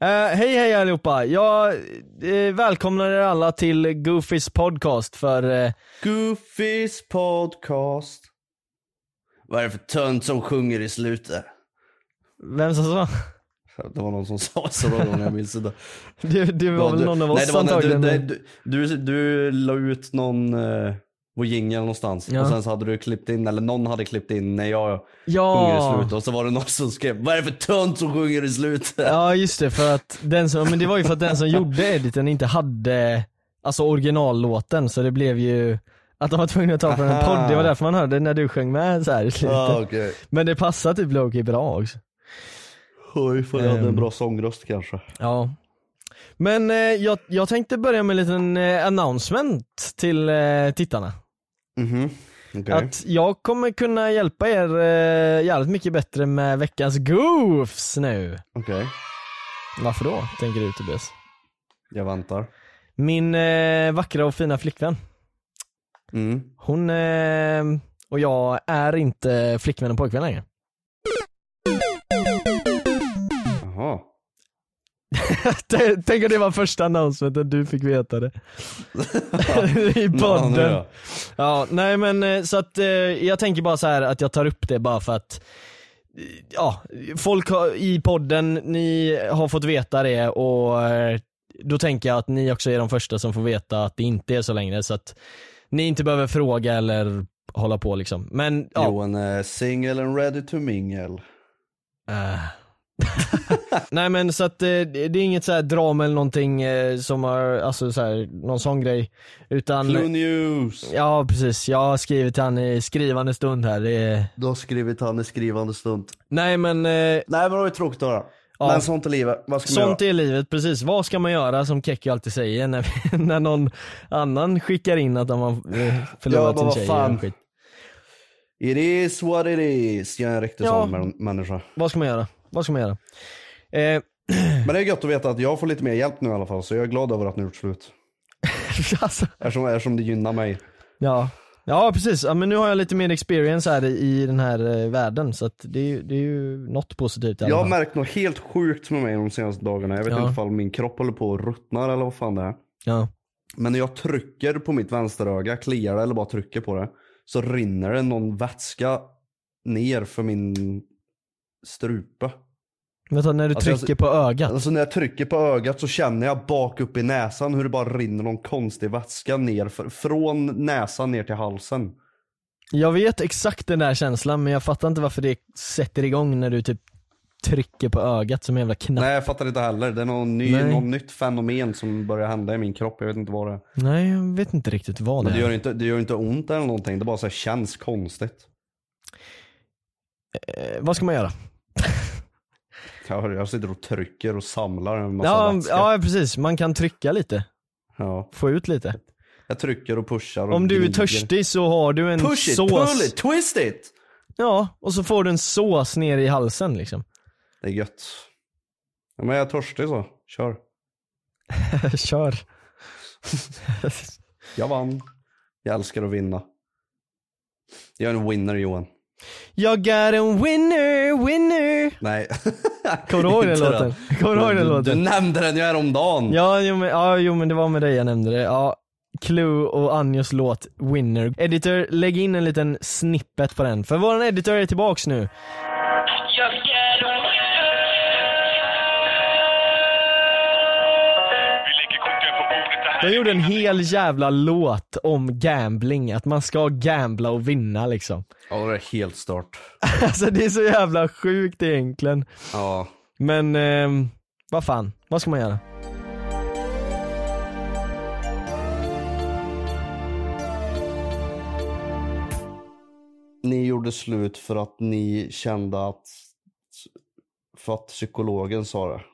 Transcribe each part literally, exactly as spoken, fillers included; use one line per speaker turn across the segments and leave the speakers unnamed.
hej hej allihopa. Jag uh, välkomnar er alla till Goofys podcast för... Uh...
Goofys podcast. Vad är det för tönt som sjunger i slutet?
Vem som sa?
Det var någon som sa så då gånger jag minns det.
Du, du var väl du, någon av oss nej, det var antagligen.
Du, du, du, du, du la ut någon... Uh... och jingle någonstans, ja. Och sen så hade du klippt in, eller någon hade klippt in när jag
ja.
sjunger i slutet. Och så var det någon som skrev, vad är det för tönt som sjunger i slutet?
Ja just det, för att den som, men det var ju för att den som gjorde editen inte hade alltså originallåten. Så det blev ju att de var tvungna att ta på en podd. Det var därför man hörde när du sjöng med så här i slutet.
Ah, okay. Men
det passade typ Loki bra också.
Oj, för jag hade en bra sångröst kanske.
Ja. Men eh, jag, jag tänkte börja med en liten eh, announcement till eh, tittarna.
Mm-hmm. Okay.
Att jag kommer kunna hjälpa er eh, jävligt mycket bättre med veckans goofs nu.
Okej. Okay.
Varför då, tänker du Tobias?
Jag väntar.
Min eh, vackra och fina flickvän.
Mm.
Hon eh, och jag är inte flickvän och pojkvän längre.
Jaha.
Tänk att det var första announcementen du fick veta det. I podden. Ja, ja, nej men så att eh, jag tänker bara så här att jag tar upp det bara för att ja, folk har, i podden, ni har fått veta det och eh, då tänker jag att ni också är de första som får veta att det inte är så längre, så att ni inte behöver fråga eller hålla på liksom. Men ja.
Johan är single and ready to mingle.
Uh. Nej men så att eh, det är inget så här drama eller någonting eh, som har, alltså så här, någon sån grej utan
Blue News.
Ja precis, jag har skrivit till han i skrivande stund här det...
Du har skrivit till han i skrivande stund.
Nej men eh...
Nej men det var ju tråkigt att höra. Ja. Men sånt är livet, vad ska man
Sånt
göra?
är livet, precis. Vad ska man göra, som Kekki alltid säger när, när någon annan skickar in att de har eh, förlorat
ja,
sin tjej
fan.
Skit.
It is what it is. Jag är en riktig
ja.
sån människa.
Vad ska man göra? Vad ska man göra? Eh...
Men det är gött att veta att jag får lite mer hjälp nu i alla fall. Så jag är glad över att ni gjort slut.
alltså.
Eftersom, eftersom det gynnar mig.
Ja, ja precis. Ja, men nu har jag lite mer experience här i den här eh, världen. Så att det, är, det är ju något positivt i alla
Jag har
fall.
märkt något helt sjukt med mig de senaste dagarna. Jag vet
ja.
inte om min kropp håller på att ruttnar eller vad fan det är.
Ja.
Men när jag trycker på mitt vänsteröga, kliar det eller bara trycker på det, så rinner det någon vätska ner för min strupe.
Vänta, när du
alltså,
trycker
jag,
på ögat?
Alltså när jag trycker på ögat så känner jag bak upp i näsan hur det bara rinner någon konstig vätska ner för, från näsan ner till halsen.
Jag vet exakt den där känslan, men jag fattar inte varför det sätter igång när du typ trycker på ögat som en jävla knapp.
Nej, jag fattar inte heller. Det är någon, ny, någon nytt fenomen som börjar hända i min kropp. Jag vet inte vad det är.
Nej, jag vet inte riktigt vad det
men det
är.
Gör inte, det gör inte ont eller någonting. Det bara så här känns konstigt.
Eh, vad ska man göra?
Jag, jag sitter och trycker och samlar en massa
ja,
vätska.
ja, precis. Man kan trycka lite.
Ja.
Få ut lite.
Jag trycker och pushar och
om du är
glider.
törstig så har du en
Push it,
sås.
pull it, twist it.
Ja, och så får du en sås ner i halsen liksom.
Det är gött. Ja, men jag är törstig så, kör.
Kör.
Jag vann. Jag älskar att vinna. Jag är en winner, Johan.
Jag got a winner, winner.
Nej.
Kommer du ihåg den låten? Kommer du ihåg den låten?
Du nämnde den jag är om dagen.
Ja, jo men, ja, jo, men det var med dig jag nämnde det. Ja, Clue och Anjos låt Winner. Editor, lägg in en liten snippet på den. För våran editor är tillbaks nu. Jag gjorde en hel jävla låt om gambling. Att man ska gambla och vinna liksom.
Ja, det är helt start.
Alltså det är så jävla sjukt egentligen.
Ja.
Men, eh, vad fan, vad ska man göra?
Ni gjorde slut för att ni kände att för att psykologen sa det.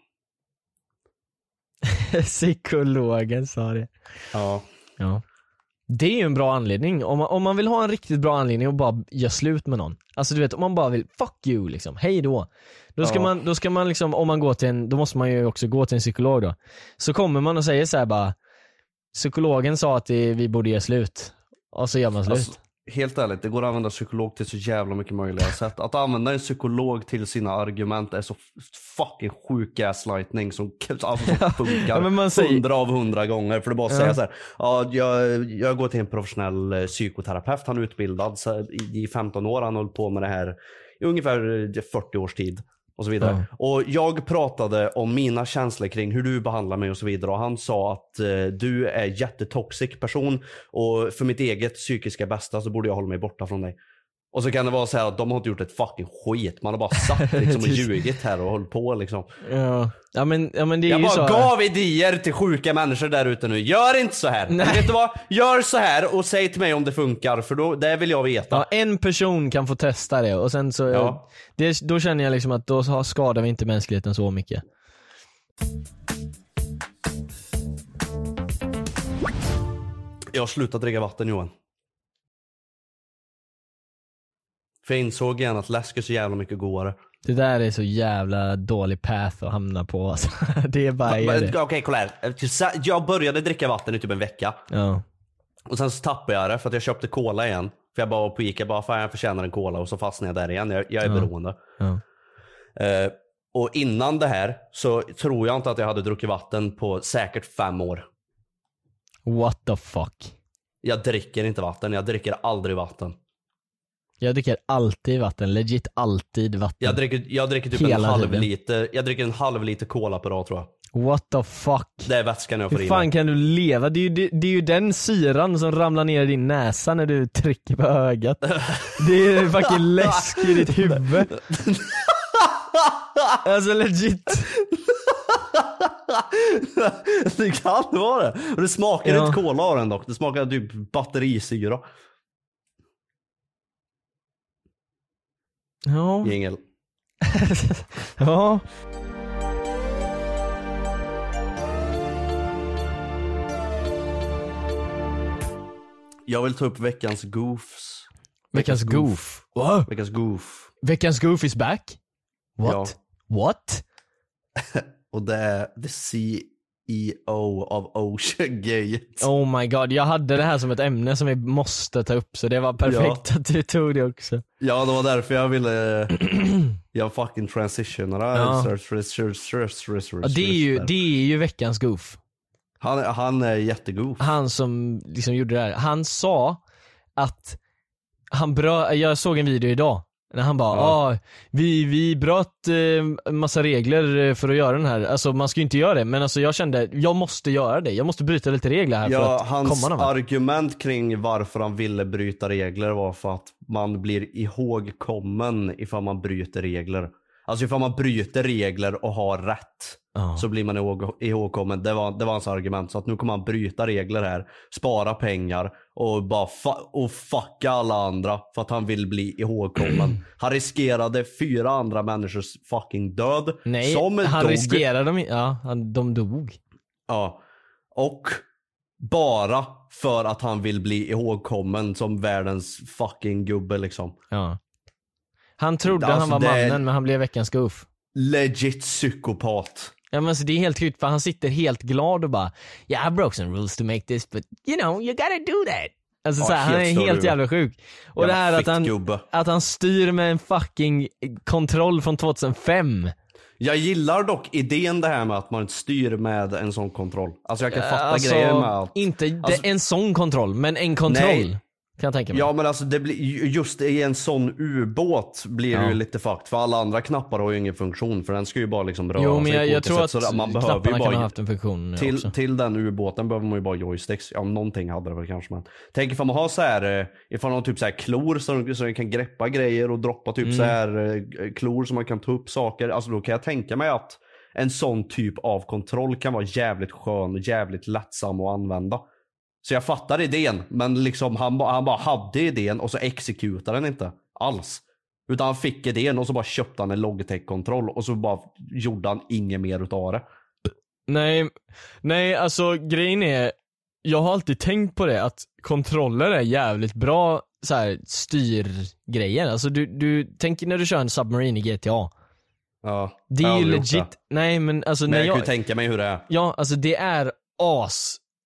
Psykologen sa det.
Ja.
Ja. Det är ju en bra anledning. Om man, om man vill ha en riktigt bra anledning och bara göra slut med någon. Alltså du vet, om man bara vill fuck you liksom, hej då. Då ska, ja. man, då ska man liksom, om man går till en, då måste man ju också gå till en psykolog då. Så kommer man och säger så här bara, psykologen sa att det, vi borde göra slut. Och så gör man slut. Alltså,
helt ärligt, det går att använda psykolog till så jävla mycket möjliga sätt. Att använda en psykolog till sina argument är så fucking sjuk gaslightning som alltså, funkar ja, men man säger... hundra av hundra gånger. För det bara att ja. säga så här, ja, jag, jag går till en professionell psykoterapeut, han är utbildad så i femton år, han har hållit på med det här i ungefär fyrtio års tid. Och så vidare. Ja. Och jag pratade om mina känslor kring hur du behandlar mig och så vidare. Och han sa att eh, du är jättetoxic person. Och för mitt eget psykiska bästa så borde jag hålla mig borta från dig. Och så kan det vara så här att de har inte gjort ett fucking skit. Man har bara satt liksom, och ljugit här och hållit på liksom.
Ja, ja, men, ja men det är
jag
ju
bara
så
gav idéer till sjuka människor där ute nu. Gör inte så här. Vet du vad? Gör så här och säg till mig om det funkar. För då, det vill jag veta.
Ja, en person kan få testa det. Och sen så
ja.
det, då känner jag liksom att då skadar vi inte mänskligheten så mycket.
Jag har slutat dricka vatten, Johan. För jag insåg igen att läsk är så jävla mycket godare.
Det där är så jävla dålig path att hamna på alltså. Det är bara
är det. Okej, kolla här. Jag började dricka vatten i typ en vecka.
Ja.
Och sen så tappade jag det för att jag köpte cola igen. För jag bara var på Ica, bara fan jag förtjänar en cola. Och så fastnade jag där igen, jag, jag är ja. beroende.
Ja.
Uh, och innan det här så tror jag inte att jag hade druckit vatten på säkert fem år.
What the fuck?
Jag dricker inte vatten, jag dricker aldrig vatten.
Jag dricker alltid vatten, legit alltid vatten.
Jag dricker, jag dricker typ
Hela
en halv
tiden.
liter. Jag dricker en halv liter cola per dag tror jag.
What the fuck?
Det är vätskan jag får
Hur
i
fan
mig.
kan du leva? Det är, ju, det, det är ju den syran som ramlar ner i din näsa när du trycker på ögat. Det är fucking läsk i ditt huvud. Alltså legit.
Det kan vara det. Och det smakar
ja.
inte cola av den dock. Det smakar typ batterisyra.
Ja.
Jingel.
Ja.
Jag vill ta upp veckans goofs.
Veckans goof. Wow.
Veckans goof.
Veckans goof is back? What?
Ja.
What?
Och det är the C E O av Ocean Gate.
Oh my god, jag hade det här som ett ämne som vi måste ta upp. Så det var perfekt ja. att du tog det också.
Ja, det var därför jag ville jag fucking transitionade.
Ja.
Ja,
det, är ju, det är ju veckans goof.
Han, han är jättegoof.
Han som liksom gjorde det här. Han sa att han brö- jag såg en video idag när han bara, ja. ah, vi, vi bröt eh, massa regler för att göra den här. Alltså man ska ju inte göra det, men alltså jag kände, jag måste göra det. Jag måste bryta lite regler här
ja,
för att
hans
komma någon vart.
argument kring varför han ville bryta regler var för att man blir ihågkommen ifall man bryter regler. Alltså ifall man bryter regler och har rätt oh. så blir man ihåg, ihågkommen. Det var, det var hans argument. Så att nu kommer han bryta regler här, spara pengar och bara fa- och fucka alla andra för att han vill bli ihågkommen. Han riskerade fyra andra människors fucking död.
Nej,
som
han
dog.
riskerade dem. Ja, han, de dog.
Ja, och bara för att han vill bli ihågkommen som världens fucking gubbe liksom.
Ja. Han trodde
alltså,
han var mannen, men han blev veckans goof.
Legit psykopat.
Ja, men alltså, det är helt sjukt för han sitter helt glad och bara, yeah, I broke some rules to make this, but you know, you gotta do that. Alltså, ja, så här, han är helt jävla sjuk. Och det här att han, att han styr med en fucking kontroll från tjugohundrafem.
Jag gillar dock idén det här med att man styr med en sån kontroll. Alltså jag kan fatta
alltså,
grejer med att...
Inte
alltså,
en sån kontroll, men en kontroll. Nej. Kan jag tänka mig.
Ja, men alltså det blir just i en sån ubåt blir det
ja.
ju lite fakt. För alla andra knappar har ju ingen funktion. För den ska ju bara liksom röra
jo, men
sig
jag, jag tror
sätt,
att
så man
knapparna
behöver ju bara,
kan ha haft en funktion
till,
också.
Till den ubåten behöver man ju bara joysticks. Ja, någonting hade det väl kanske. Men tänk ifall man har så här, ifall man har typ så här klor så, så man kan greppa grejer och droppa typ mm. så här klor så man kan ta upp saker. Alltså då kan jag tänka mig att en sån typ av kontroll kan vara jävligt skön och jävligt lättsam att använda. Så jag fattar idén, men liksom han, han bara hade idén och så exekutade den inte alls. Utan han fick idén och så bara köpte han en Logitech-kontroll och så bara gjorde han inget mer utav det.
Nej, nej alltså grejen är, jag har alltid tänkt på det att kontroller är jävligt bra så här styrgrejer. Alltså du, du tänker när du kör en Submarine i G T A.
Ja,
det är ju legit. Nej men alltså
men
när
jag, jag kan
ju
tänka mig hur det är.
Ja, alltså det är as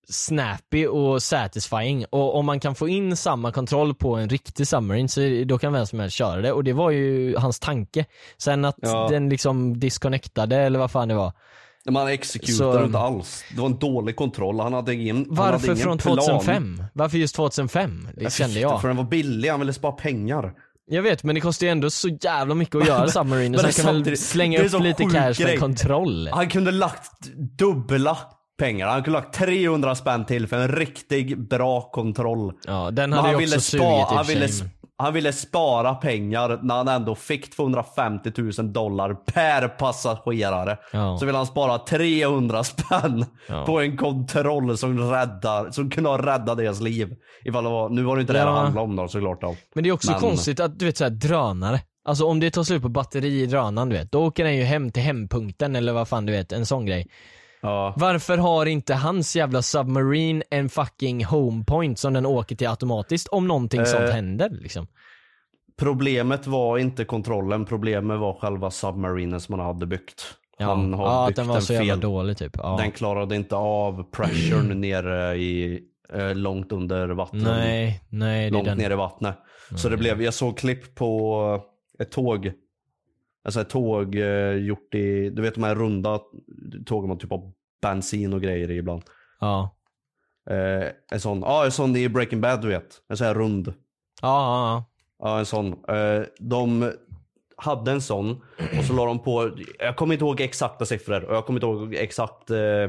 snappy och satisfying, och om man kan få in samma kontroll på en riktig submarine så då kan vem som helst köra det, och det var ju hans tanke. Sen att ja. den liksom disconnectade eller vad fan det var,
man exekutade så... inte alls. Det var en dålig kontroll. Han hade ingen
Varför
han hade ingen
från tjugohundrafem?
Plan.
Varför just tjugohundrafem? Det
jag
kände jag.
För den var billig, han ville spara pengar.
Jag vet, men det kostar ju ändå så jävla mycket att göra submarine, så han kan väl slänga upp lite cash för en kontroll.
Han kunde lagt dubbla pengar. Han kunde lagt trehundra spänn till för en riktig bra kontroll.
Ja, den hade ju också sugit i
han ville, han ville spara pengar när han ändå fick tvåhundrafemtio tusen dollar per passagerare. Ja. Så ville han spara trehundra spänn ja. på en kontroll som räddar, som kunde ha räddat deras liv. Ifall det var, nu var det inte det ja. det handlade om då, såklart då.
Men det är också Men... konstigt att du vet så här, drönare. Alltså om det tar slut på batteri i drönaren, du vet, då åker den ju hem till hempunkten eller vad fan du vet, en sån grej. Ja. Varför har inte hans jävla submarine en fucking home point som den åker till automatiskt om någonting eh, sånt händer liksom?
Problemet var inte kontrollen, problemet var själva submarinen som man hade byggt.
Ja,
Han har
ja
byggt
den var så
fel.
jävla dålig typ. Ja.
Den klarade inte av pressuren nere i eh, långt under vattnet.
Nej, nej,
långt
den...
ner i vattnet.
Mm.
Så det blev, jag såg klipp på ett tåg. Alltså ett tåg eh, gjort i, du vet de här runda tågen man typ av bensin och grejer i ibland.
Ja.
Eh, en sån, ja ah, en sån i Breaking Bad du vet. En sån här rund.
Ja, ja, ja.
Ja, en sån. Eh, de hade en sån och så la de på, jag kommer inte ihåg exakta siffror och jag kommer inte ihåg exakt eh,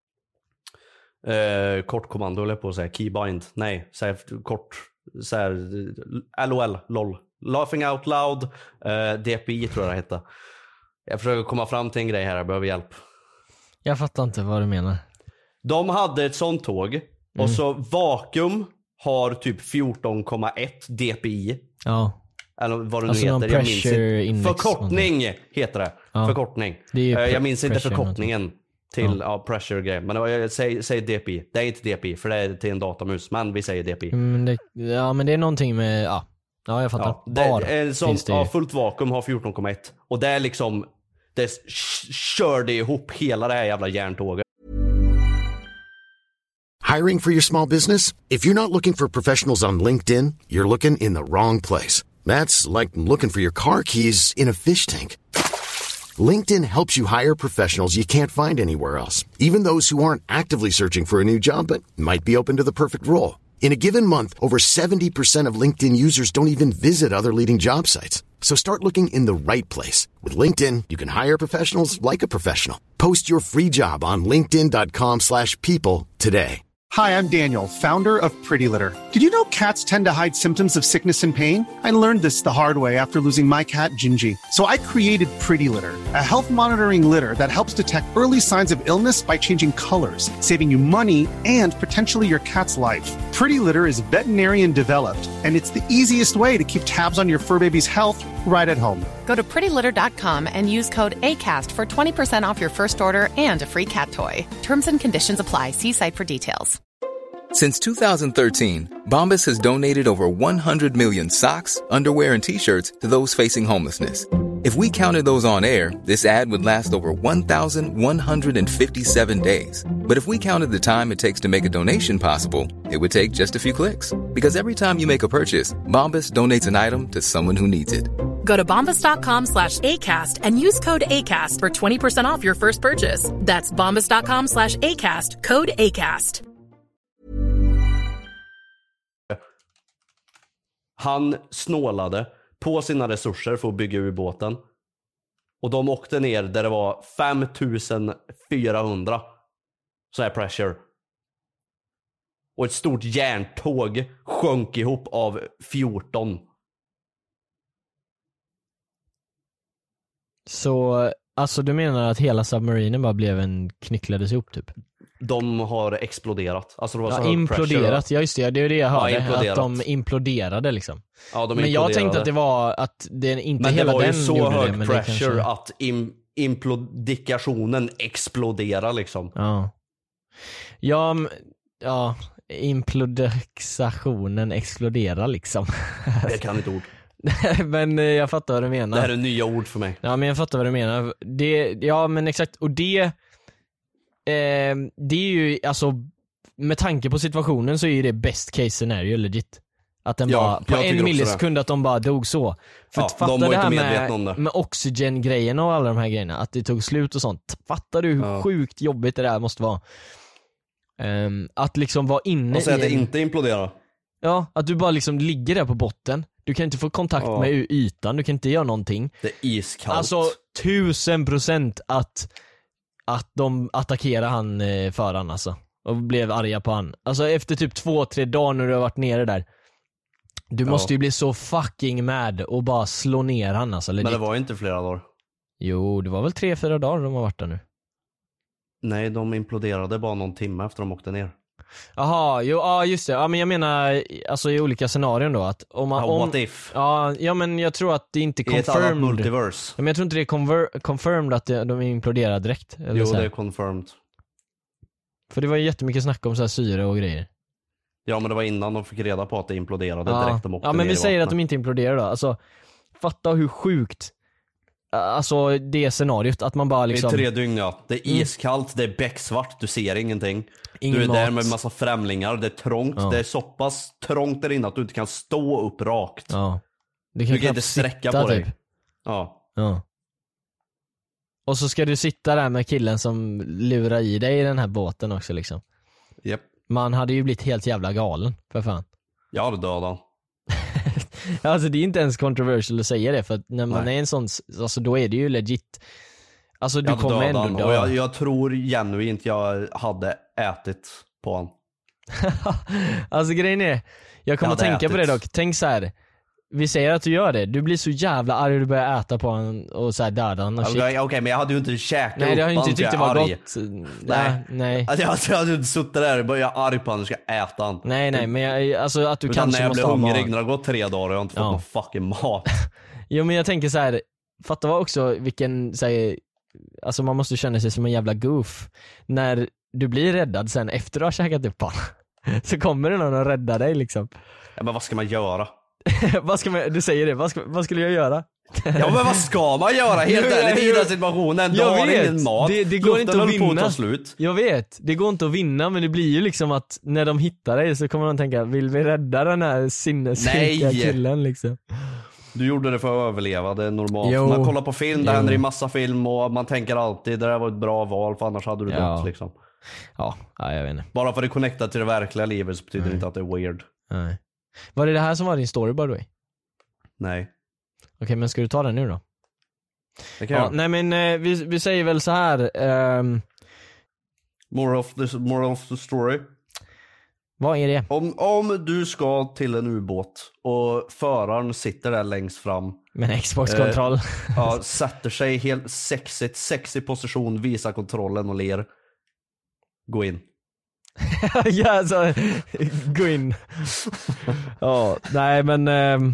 eh, kortkommando eller på att säga keybind. Nej, så här, kort så här, L O L, lol. Laughing out loud, eh, D P I tror jag det hette. Jag försöker komma fram till en grej här, jag behöver hjälp.
Jag fattar inte vad du menar.
De hade ett sånt tåg mm. och så vakuum har typ fjorton komma ett D P I.
Ja.
Eller vad det
alltså
nu heter, jag minns inte. Förkortning heter det. Ja. Förkortning. Det är jag minns inte förkortningen till ja. Ja, pressure game. Men jag säger, säger D P I. Det är inte D P I för det är till en datamus, men vi säger D P I.
Mm, det, ja, men det är någonting med ja. Ja, jag fattar. Ja,
det är som det... ja, fullt vakuum har fjorton komma ett och det är liksom det körde ihop hela det här jävla järntåget.
Hiring for your small business? If you're not looking for professionals on LinkedIn, you're looking in the wrong place. That's like looking for your car keys in a fish tank. LinkedIn helps you hire professionals you can't find anywhere else, even those who aren't actively searching for a new job but might be open to the perfect role. In a given month, over seventy percent of LinkedIn users don't even visit other leading job sites. So start looking in the right place. With LinkedIn, you can hire professionals like a professional. Post your free job on linkedin dot com slash people today.
Hi, I'm Daniel, founder of Pretty Litter. Did you know cats tend to hide symptoms of sickness and pain? I learned this the hard way after losing my cat, Gingy. So I created Pretty Litter, a health monitoring litter that helps detect early signs of illness by changing colors, saving you money and potentially your cat's life. Pretty Litter is veterinarian developed, and it's the easiest way to keep tabs on your fur baby's health right at home.
Go to pretty litter dot com and use code ACAST for twenty percent off your first order and a free cat toy. Terms and conditions apply. See site for details.
Since two thousand thirteen, Bombas has donated over one hundred million socks, underwear, and T-shirts to those facing homelessness. If we counted those on air, this ad would last over one thousand one hundred fifty-seven days. But if we counted the time it takes to make a donation possible, it would take just a few clicks. Because every time you make a purchase, Bombas donates an item to someone who needs it.
Go to bombas dot com slash ACAST and use code ACAST for twenty percent off your first purchase. That's bombas dot com slash ACAST, code ACAST.
Han snålade på sina resurser för att bygga ubåten. Och de åkte ner där det var fem tusen fyrahundra så här pressure. Och ett stort järntåg sjönk ihop av fjorton.
Så alltså du menar att hela submarinen bara blev en knycklades ihop typ?
De har exploderat. Alltså det var så
ja, imploderat, ja just det, det är det jag hörde,
ja,
att de imploderade liksom.
Ja, de
men jag tänkte att det var att det inte
men
hela
det var
den
ju så
gjorde
hög
det, men
pressure
det kanske...
att im- implodikationen exploderar liksom.
Ja. Ja, ja, implodikationen exploderar liksom.
Jag kan inte ord.
Men jag fattar vad du menar.
Det här är nya ord för mig.
Ja, men jag fattar vad du menar. Det, ja, men exakt. Och det eh, det är ju alltså med tanke på situationen så är det best case scenario legit. Att den
ja,
bara, på en millisekund att de bara dog så. För
ja,
fatta
de
det här
med,
med oxygen-grejerna och alla de här grejerna, att det tog slut och sånt. Fattar du hur ja. sjukt jobbigt det där måste vara? Um, att liksom vara inne
och så
i
att det
en...
inte imploderar.
Ja, att du bara liksom ligger där på botten. Du kan inte få kontakt ja. med ytan, du kan inte göra någonting.
Det är iskallt.
Alltså tusen procent att, att de attackerar han eh, föraren alltså. Och blev arga på han. Alltså efter typ två, tre dagar när du har varit nere där. Du ja. måste ju bli så fucking mad och bara slå ner han alltså.
Men det var ju inte flera dagar.
Jo, det var väl tre, fyra dagar de har varit där nu.
Nej, de imploderade bara någon timme efter de åkte ner.
Jaha, jo, ja just det. Ja, men jag menar alltså i olika scenarion då att om man,
ja,
om,
what if?
Ja, ja, men jag tror att det inte är confirmed.
I ett annat multiverse.
Ja, men jag tror inte det är conver- confirmed att det, de imploderar direkt. Eller
jo,
så
det är confirmed.
För det var ju jättemycket snack om så här syre och grejer.
Ja, men det var innan de fick reda på att det imploderade
ja.
direkt de åkte
Ja, men
ner
vi
i
säger
vattnet.
att de inte imploderar då. Alltså, fatta hur sjukt. Alltså det scenariot att man bara liksom...
Det är tre dygn, ja. Det är iskallt, mm. det är becksvart, du ser ingenting. Ingen du är mat. Där med en massa främlingar, det är trångt. Ja. Det är så pass trångt där inne att du inte kan stå upp rakt.
Ja. Du kan,
du kan inte sträcka på dig. Typ. Ja.
Ja. Och så ska du sitta där med killen som lurar i dig i den här båten också liksom.
Yep.
Man hade ju blivit helt jävla galen, för fan.
Jag hade dödat.
Alltså det är inte ens controversial att säga det, för att när man Nej. är en sån, alltså då är det ju legit. Alltså du kommer ändå dö.
Och jag, jag tror genuint jag hade ätit på han.
Alltså grejen är, jag kommer att tänka ätit. på det dock. Tänk så här. Vi säger att du gör det. Du blir så jävla arg och du börjar äta på han och så här döda han och shit.
Okej, okay, men jag hade ju inte käkat
Nej, det har
upp
ju inte tyckt det var
arg.
gott.
Nej,
nej.
Alltså, jag, jag hade inte suttit där och börjat arg på han och ska äta han.
Nej, nej, men jag, alltså att du
Utan
kanske
när
måste
jag
ha
blir hungrig,
mat.
när det har gått tre dagar och jag har inte fått ja. någon fucking mat.
Jo, men jag tänker så här. Fatta vad också vilken så här, alltså man måste känna sig som en jävla goof när du blir räddad sen efter du har käkat upp han. Så kommer det någon och rädda dig liksom.
Ja, men vad ska man göra?
vad ska man, du säger det, vad, ska, vad skulle jag göra?
Ja, men vad ska man göra helt ärligt i den situationen? Du har ingen mat.
Det, det går inte att vinna.
Att slut.
Jag vet, det går inte att vinna, men det blir ju liksom att när de hittar dig så kommer de tänka, vill vi rädda den här sinnessjuka killen liksom?
Du gjorde det för att överleva, det är normalt.
Jo.
Man kollar på film, det
Jo.
händer i massa film och man tänker alltid, det där var ett bra val för annars hade du
ja.
dött liksom.
Ja, ja, jag vet inte.
Bara för att det är connectat till det verkliga livet så betyder det inte att det är weird.
Nej. Var det det här som var din story by the way?
Nej.
Okej, okay, men ska du ta den nu då?
Det kan
ja,
jag.
Nej men eh, vi, vi säger väl så här. Um...
More of the, more of the story.
Vad är det?
Om, om du ska till en ubåt och föraren sitter där längst fram
med en Xbox-kontroll.
Eh, ja, sätter sig helt sexigt, sexig position, visar kontrollen och ler. Gå in.
Ja, så gå in. Ja, nej men ähm,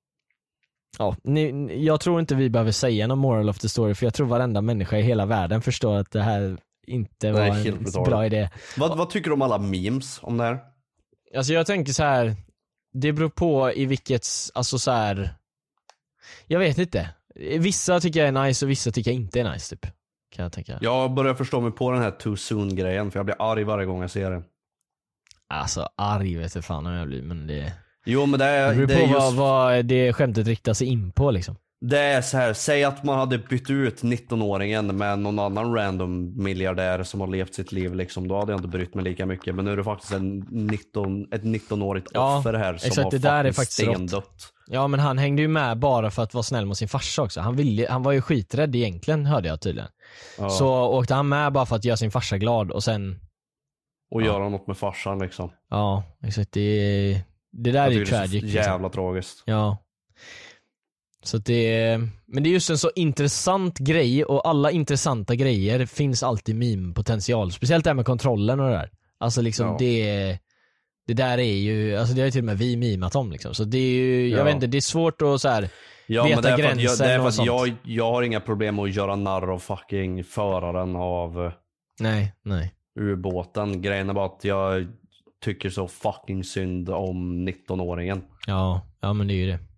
ja, ni, jag tror inte vi behöver säga någon moral of the story, för jag tror varenda människa i hela världen förstår att det här inte var en bra idé.
Vad, vad tycker du om alla memes om det här?
Alltså jag tänker så här, det beror på i vilket, alltså så här, jag vet inte. Vissa tycker jag är nice och vissa tycker jag inte är nice typ. Kan jag tänka.
Jag börjar förstå mig på den här too soon grejen, för jag blir arg varje gång jag ser den.
Alltså arg vet jag fan om jag blir, men det
Jo, men det är,
det beror
det är
på
just...
vad, vad det skämtet riktar sig in på liksom.
Det är så här, säg att man hade bytt ut nittonåringen med någon annan random miljardär som har levt sitt liv liksom, då hade jag inte brytt mig lika mycket. Men nu är det faktiskt en nitton, ett nittonårigt
ja,
offer här som
exakt,
har
det där är faktiskt
stendött.
Ja, men han hängde ju med bara för att vara snäll mot sin farsa också. Han, ville, han var ju skiträdd egentligen, hörde jag tydligen. Ja. Så åkte han med bara för att göra sin farsa glad och sen...
Och ja. göra något med farsan liksom.
Ja, exakt. Det, det där jag är ju tragic.
Det är jävla
liksom.
tragiskt.
Ja. Så det, men det är just en så intressant grej, och alla intressanta grejer finns alltid meme-potential. Speciellt det här med kontrollen och det där. Alltså liksom ja. det, det där är ju, alltså det har ju till och med vi mimat om liksom. Så det är ju, jag
ja.
vet inte, det är svårt att så här
ja,
veta
men det är
gränsen
jag, det är för
och
att
sånt.
jag, jag har inga problem med att göra narr av fucking föraren av
nej, nej.
ubåten. Grejen är bara att jag tycker så fucking synd om nittonåringen.
Ja, ja men det är ju det.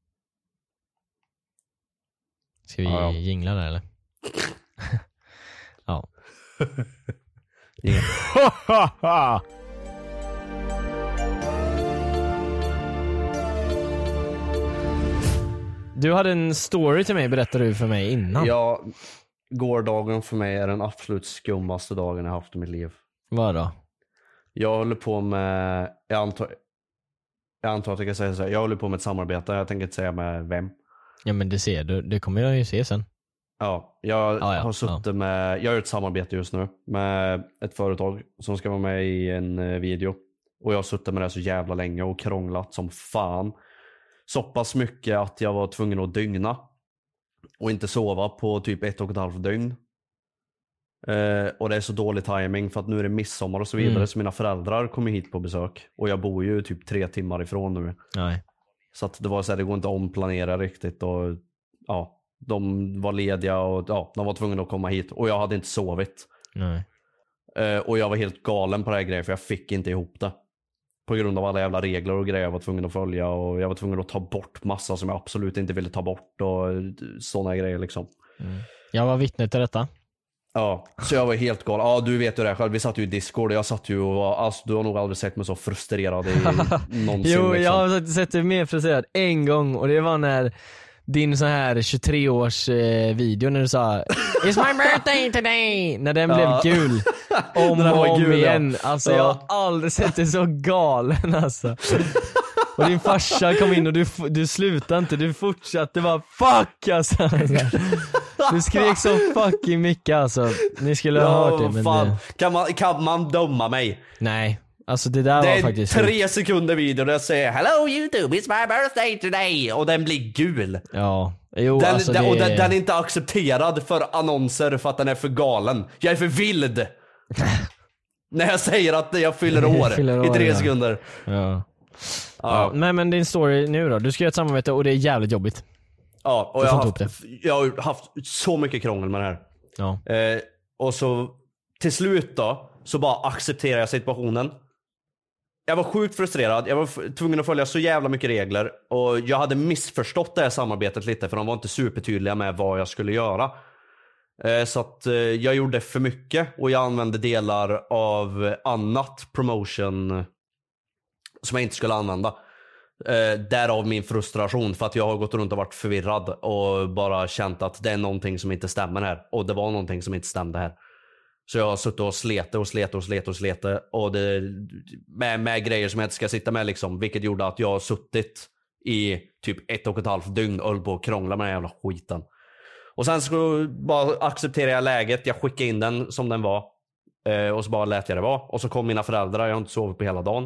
Ska vi ja, ja. jingla där eller? Ja. Du hade en story till mig, berättade du för mig innan.
Ja, gårdagen för mig är den absolut skummaste dagen jag haft i mitt liv.
Vad då?
Jag håller på med, jag antar, jag antar att jag kan säga så här, jag håller på med ett samarbete, jag tänker inte säga med vem.
Ja men det ser du, det kommer jag ju se sen.
Ja, jag
ah, ja.
har suttit
ja.
med, jag gör ett samarbete just nu med ett företag som ska vara med i en video. Och jag har suttit med det så jävla länge och krånglat som fan. Så pass mycket att jag var tvungen att dygna. Och inte sova på typ ett och ett halvt dygn. Eh, och det är så dålig timing för att nu är det midsommar och så vidare. Mm. Så mina föräldrar kommer hit på besök. Och jag bor ju typ tre timmar ifrån nu.
Nej.
Så att det var så här, det går inte att omplanera riktigt. Och ja, de var lediga och ja, de var tvungna att komma hit. Och jag hade inte sovit.
Nej.
Eh, och jag var helt galen på det här grejen för jag fick inte ihop det. På grund av alla jävla regler och grejer jag var tvungen att följa. Och jag var tvungen att ta bort massa som jag absolut inte ville ta bort. Och sådana grejer liksom.
Mm. Jag var vittne till detta.
Ja, så jag var helt galen. Ja, du vet ju det själv. Vi satt ju i Discord och jag satt ju och var, alltså, du har nog aldrig sett mig så frustrerad i någonsin.
Jo,
liksom.
Jag har sett dig mer frustrerad en gång. Och det var när din så här tjugotre års eh, video när du sa It's my birthday today. När den ja. blev gul. Om och om gul, igen. Ja. Alltså ja. jag har aldrig sett dig så galen alltså. Och din farsa kom in och du, du slutade inte. Du fortsatte bara fuck alltså. Du skrek så fucking mycket alltså. Ni skulle ha ja, hört det men
fan.
Det...
Kan, man, kan man döma mig?
Nej. Alltså det där
det
var faktiskt
Det är tre sekunder video där jag säger hello YouTube, it's my birthday today. Och den blir gul.
Ja. Jo,
den,
alltså
den,
det...
Och den, den är inte accepterad för annonser för att den är för galen. Jag är för vild. När jag säger att jag fyller år, fyller år i tre ja. sekunder.
Ja. Ja. Ja. Nej men din story nu då. Du ska göra ett samarbete och det är jävligt jobbigt.
Ja, och jag har, haft, jag har haft så mycket krångel med det här.
Ja.
Eh, och så till slut då så bara accepterar jag situationen. Jag var sjukt frustrerad. Jag var tvungen att följa så jävla mycket regler. Och jag hade missförstått det här samarbetet lite. För de var inte supertydliga med vad jag skulle göra. Eh, så att eh, jag gjorde för mycket. Och jag använde delar av annat promotion som jag inte skulle använda. Eh, därav min frustration. För att jag har gått runt och varit förvirrad. Och bara känt att det är någonting som inte stämmer här. Och det var någonting som inte stämde här. Så jag har suttit och slet och slet och slet och slet och det, med, med grejer som jag inte ska sitta med liksom. Vilket gjorde att jag har suttit i typ ett och ett halvt dygn och höll på att krångla med den jävla skiten. Och sen så bara accepterade jag läget. Jag skickade in den som den var. Eh, och så bara lät jag det vara. Och så kom mina föräldrar. Jag har inte sovit på hela dagen.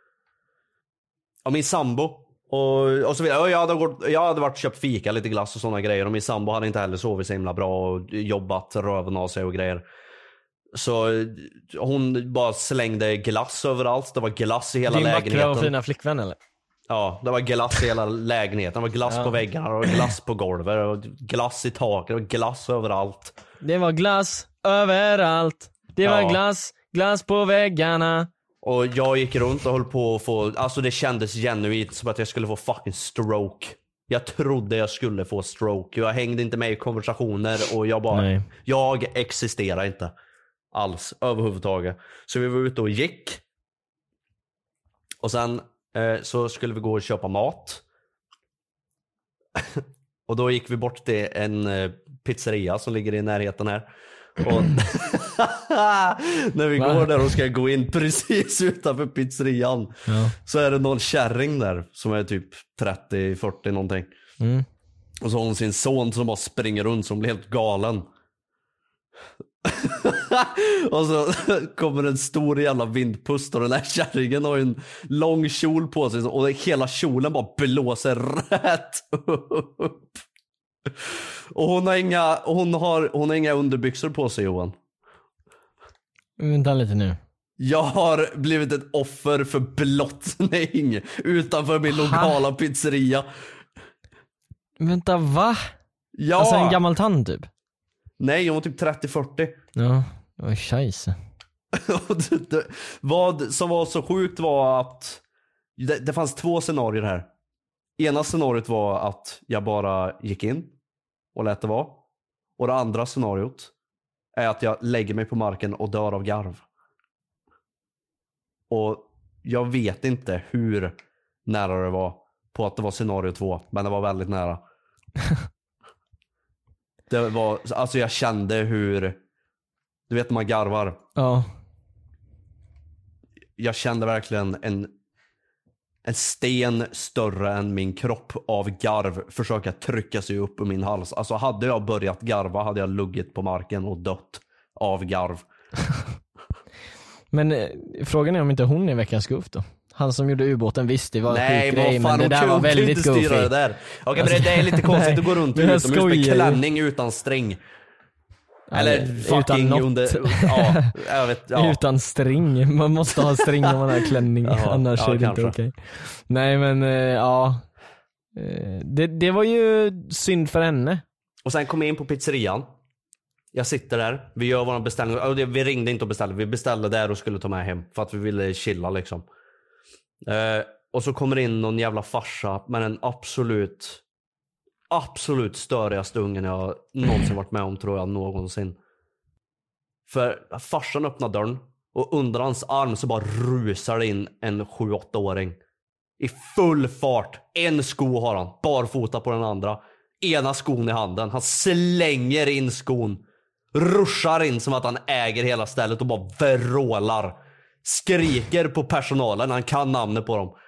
Och min sambo. Och, och så vidare. Och jag, hade gått, jag hade varit och köpt fika, lite glass och sådana grejer. Och min sambo hade inte heller sovit så himla bra. Och jobbat röven av sig och grejer. Så hon bara slängde glass överallt. Det var glass i hela
Din
lägenheten.
Din vackra och fina flickvän eller?
Ja, det var glass i hela lägenheten. Det var glass ja. på väggarna, det var glass på golvet, det var glass i taket, det var glass överallt.
Det var glass överallt. Det var ja. glass, glass på väggarna.
Och jag gick runt och höll på att få, alltså det kändes genuint som att jag skulle få fucking stroke. Jag trodde jag skulle få stroke. Jag hängde inte med i konversationer och jag bara, Nej. jag existerar inte alls överhuvudtaget. Så vi var ute och gick. Och sen eh, så skulle vi gå och köpa mat. Och då gick vi bort till en eh, pizzeria som ligger i närheten här. Och när vi går där och ska gå in precis utanför pizzerian ja. så är det någon kärring där som är typ trettio fyrtio någonting. Mm. Och så har hon sin son som bara springer runt som blir helt galen. Och så kommer en stor jävla vindpust och den här kärringen har en lång kjol på sig och hela kjolen bara blåser rätt upp. Och hon har inga hon har hon har inga underbyxor på sig, Johan.
Vänta lite nu.
Jag har blivit ett offer för blottning utanför min lokala pizzeria.
Vänta, va?
Ja.
Alltså en gammal tant typ.
Nej, hon var typ trettio fyrtio.
Ja, det var scheisse.
Vad som var så sjukt var att det, det fanns två scenarier här. Ena scenariot var att jag bara gick in och lät det vara. Och det andra scenariot är att jag lägger mig på marken och dör av garv. Och jag vet inte hur nära det var på att det var scenario två, men det var väldigt nära. Det var, alltså jag kände hur, du vet man garvar.
Ja.
Jag kände verkligen en en sten större än min kropp av garv försöka trycka sig upp ur min hals. Alltså hade jag börjat garva hade jag luggit på marken och dött av garv.
Men eh, frågan är om inte hon är veckans goof då. Han som gjorde ubåten, visst det var
Nej,
en sjuk grej, men det där var väldigt goofy.
Det där. Okej, alltså, men det, det är lite konstigt nej, att gå runt utomhus med klänning utan string. Eller fucking utan under, ja, jag vet, ja.
Utan string, man måste ha string om man har klänning. Jaha, annars ja, är det kanske. Inte okej. Nej men äh, ja det, det var ju synd för henne.
Och sen kom jag in på pizzerian. Jag sitter där, vi gör våra beställningar. Vi ringde inte och beställde, vi beställde där och skulle ta med hem för att vi ville chilla liksom. uh, Och så kommer in någon jävla farsa med en absolut Absolut störigaste ungen jag någonsin varit med om, tror jag, någonsin. För farsan öppnar dörren och under hans arm så bara rusar det in en sju åtta åring i full fart. En sko har han, barfota på den andra. Ena skon i handen, han slänger in skon, ruschar in som att han äger hela stället och bara vrålar. Skriker på personalen, han kan namnet på dem.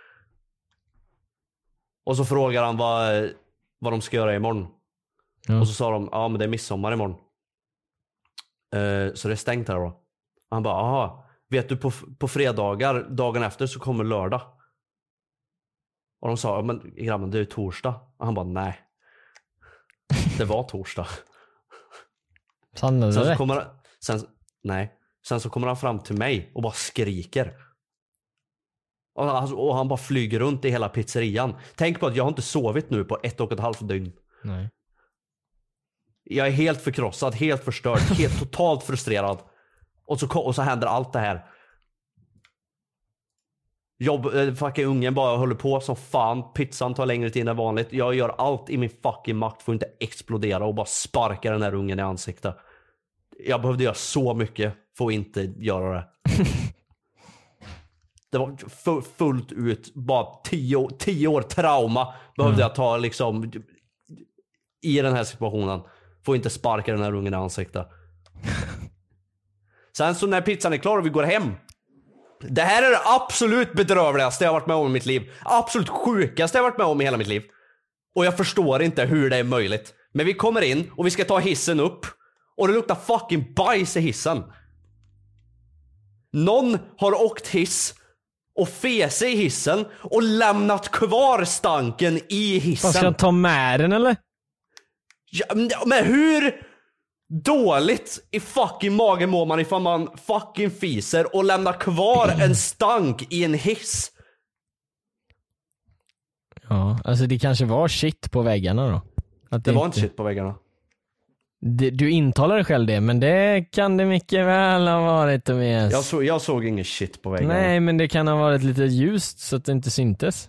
Och så frågar han vad vad de ska göra imorgon. Ja. Och så sa de, ja men det är midsommar imorgon. Uh, så det är stängt här då. Och han bara, aha, vet du på, på fredagar, dagen efter så kommer lördag. Och de sa, ja men grabben det är torsdag. Och han bara, nej. Det var torsdag.
Sen
så kommer han, sen, nej. Sen så kommer han fram till mig och bara skriker. Och han, och han bara flyger runt i hela pizzerian. Tänk på att jag har inte sovit nu på ett och ett halvt dygn.
Nej.
Jag är helt förkrossad, helt förstörd, helt totalt frustrerad. Och så, och så händer allt det här. Jobb, fucking ungen bara håller på som fan. Pizzan tar längre tid än vanligt. Jag gör allt i min fucking makt för att inte explodera och bara sparka den här ungen i ansiktet. Jag behövde göra så mycket för att inte göra det. Det var fullt ut bara tio, tio år trauma behövde mm. jag ta liksom i den här situationen. Får inte sparka den här ungen i ansiktet. Sen så när pizzan är klar och vi går hem. Det här är det absolut bedrövligaste jag varit med om i mitt liv. Absolut sjukaste jag varit med om i hela mitt liv. Och jag förstår inte hur det är möjligt. Men vi kommer in och vi ska ta hissen upp. Och det luktar fucking bajs i hissen. Någon har åkt hiss och fese i hissen och lämnat kvar stanken i hissen.
Ska jag ta med den eller?
Ja, men hur dåligt i fucking magen mår man ifall man fucking fiser och lämnar kvar en stank i en hiss?
Ja, alltså det kanske var shit på väggarna då.
Att det, det var inte shit på väggarna.
Det, du intalar dig själv det, men det kan det mycket väl ha varit, Tobias.
Jag, så, jag såg ingen shit på väggarna.
Nej, men det kan ha varit lite ljust så att det inte syntes.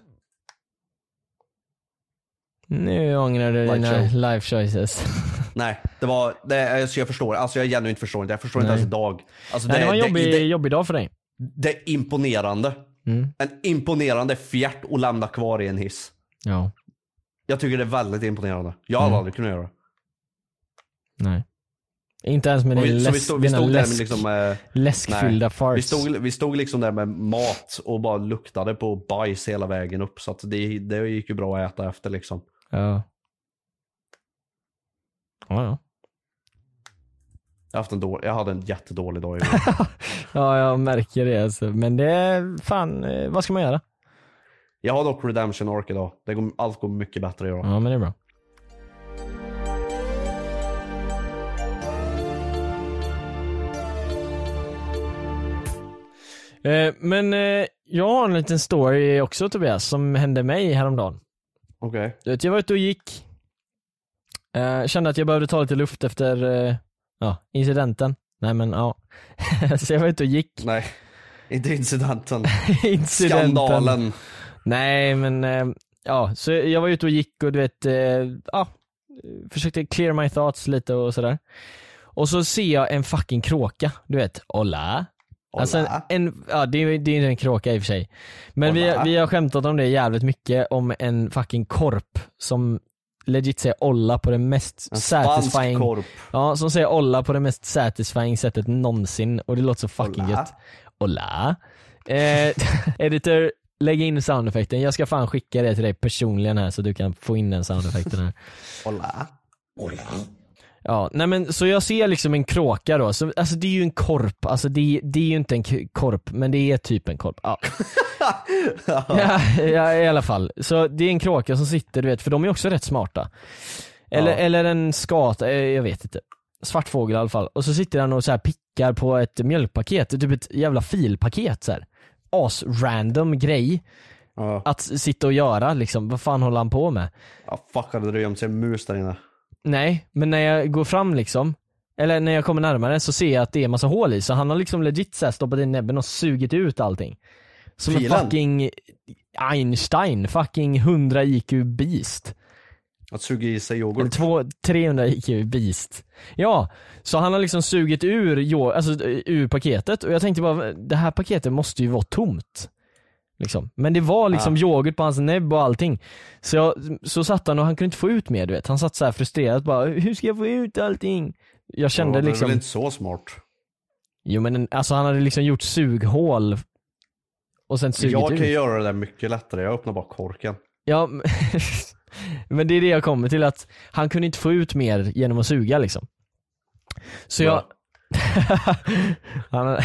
Nu ångrar du dina life choices.
Nej, det var det, alltså jag förstår, alltså jag genuint förstår inte. Jag förstår Nej. inte ens idag. Alltså
Nej,
det,
det var en jobbig,
det, det,
jobbig dag för dig.
Det är imponerande. Mm. En imponerande fjärt att lämna kvar i en hiss.
Ja.
Jag tycker det är väldigt imponerande. Jag har mm. aldrig kunnat göra det.
Nej. Inte ens med
vi,
läs,
vi stod, vi stod läsk, där med liksom, eh,
läskfyllda farts.
Vi stod, vi stod liksom där med mat och bara luktade på bajs hela vägen upp. Så att det, det gick ju bra att äta efter liksom.
Ja. Ja, ja.
Jag, haft en dålig, jag hade en jättedålig dag.
Ja, jag märker det alltså. Men det är fan, vad ska man göra?
Jag har dock redemption ork idag. Det går, allt går mycket bättre idag.
Ja, men det är bra. Eh, men eh, jag har en liten story också, Tobias, som hände mig häromdagen.
Okej.
Okay. Du vet, jag var ute och gick. Eh, kände att jag behövde ta lite luft efter eh, ja, incidenten. Nej men ja. Så jag var ute och gick.
Nej, inte incidenten.
incidenten.
Skandalen.
Nej men eh, ja, så jag var ute och gick och du vet eh, ja, försökte clear my thoughts lite och sådär. Och så ser jag en fucking kråka, du vet. Hola. Alltså en, ja, det är, det är en kråka i och för sig. Men vi, vi har skämtat om det jävligt mycket, om en fucking korp som legit säger olla på det mest
en
satisfying
korp.
Ja, som säger olla på det mest satisfying sättet någonsin. Och det låter så fucking
Olla.
gött. Olla. Eh, editor, lägg in soundeffekten. Jag ska fan skicka det till dig personligen här så du kan få in den soundeffekten här.
Olla. Olla.
Ja, nej men så jag ser liksom en kråka då. Så, alltså det är ju en korp. Alltså det, det är ju inte en korp, men det är typ en korp. Ja. ja, ja, i alla fall. Så det är en kråka som sitter, du vet, för de är också rätt smarta. Eller, ja. eller en skata, jag vet inte. Svartfågel i alla fall. Och så sitter han och så här pickar på ett mjölkpaket, typ ett jävla filpaket så här. As-random grej.
Ja.
Att sitta och göra liksom, vad fan håller han på med?
Ja, fuck, hade det gömt sig en mus där inne.
Nej, men när jag går fram liksom, eller när jag kommer närmare, så ser jag att det är en massa hål i. Så han har liksom legit så här stoppat in näbben och sugit ut allting. Som
Filen.
en fucking Einstein, fucking hundra I Q beast.
Att suga i sig yoghurt.
Eller två, trehundra I Q beast. Ja, så han har liksom sugit ur, jo, alltså, ur paketet. Och jag tänkte bara, det här paketet måste ju vara tomt. Liksom. Men det var liksom ja. yoghurt på hans näbb och allting. Så, jag, så satt han och han kunde inte få ut mer, du vet. Han satt så här frustrerad bara, hur ska jag få ut allting? Jag kände
ja, det
liksom...
är väl inte så smart.
Jo, men alltså han hade liksom gjort sughål och sen sugit
Jag
ut.
kan göra det där mycket lättare, jag öppnar bara korken.
Ja, men det är det jag kommer till, att han kunde inte få ut mer genom att suga liksom. Så jag... han...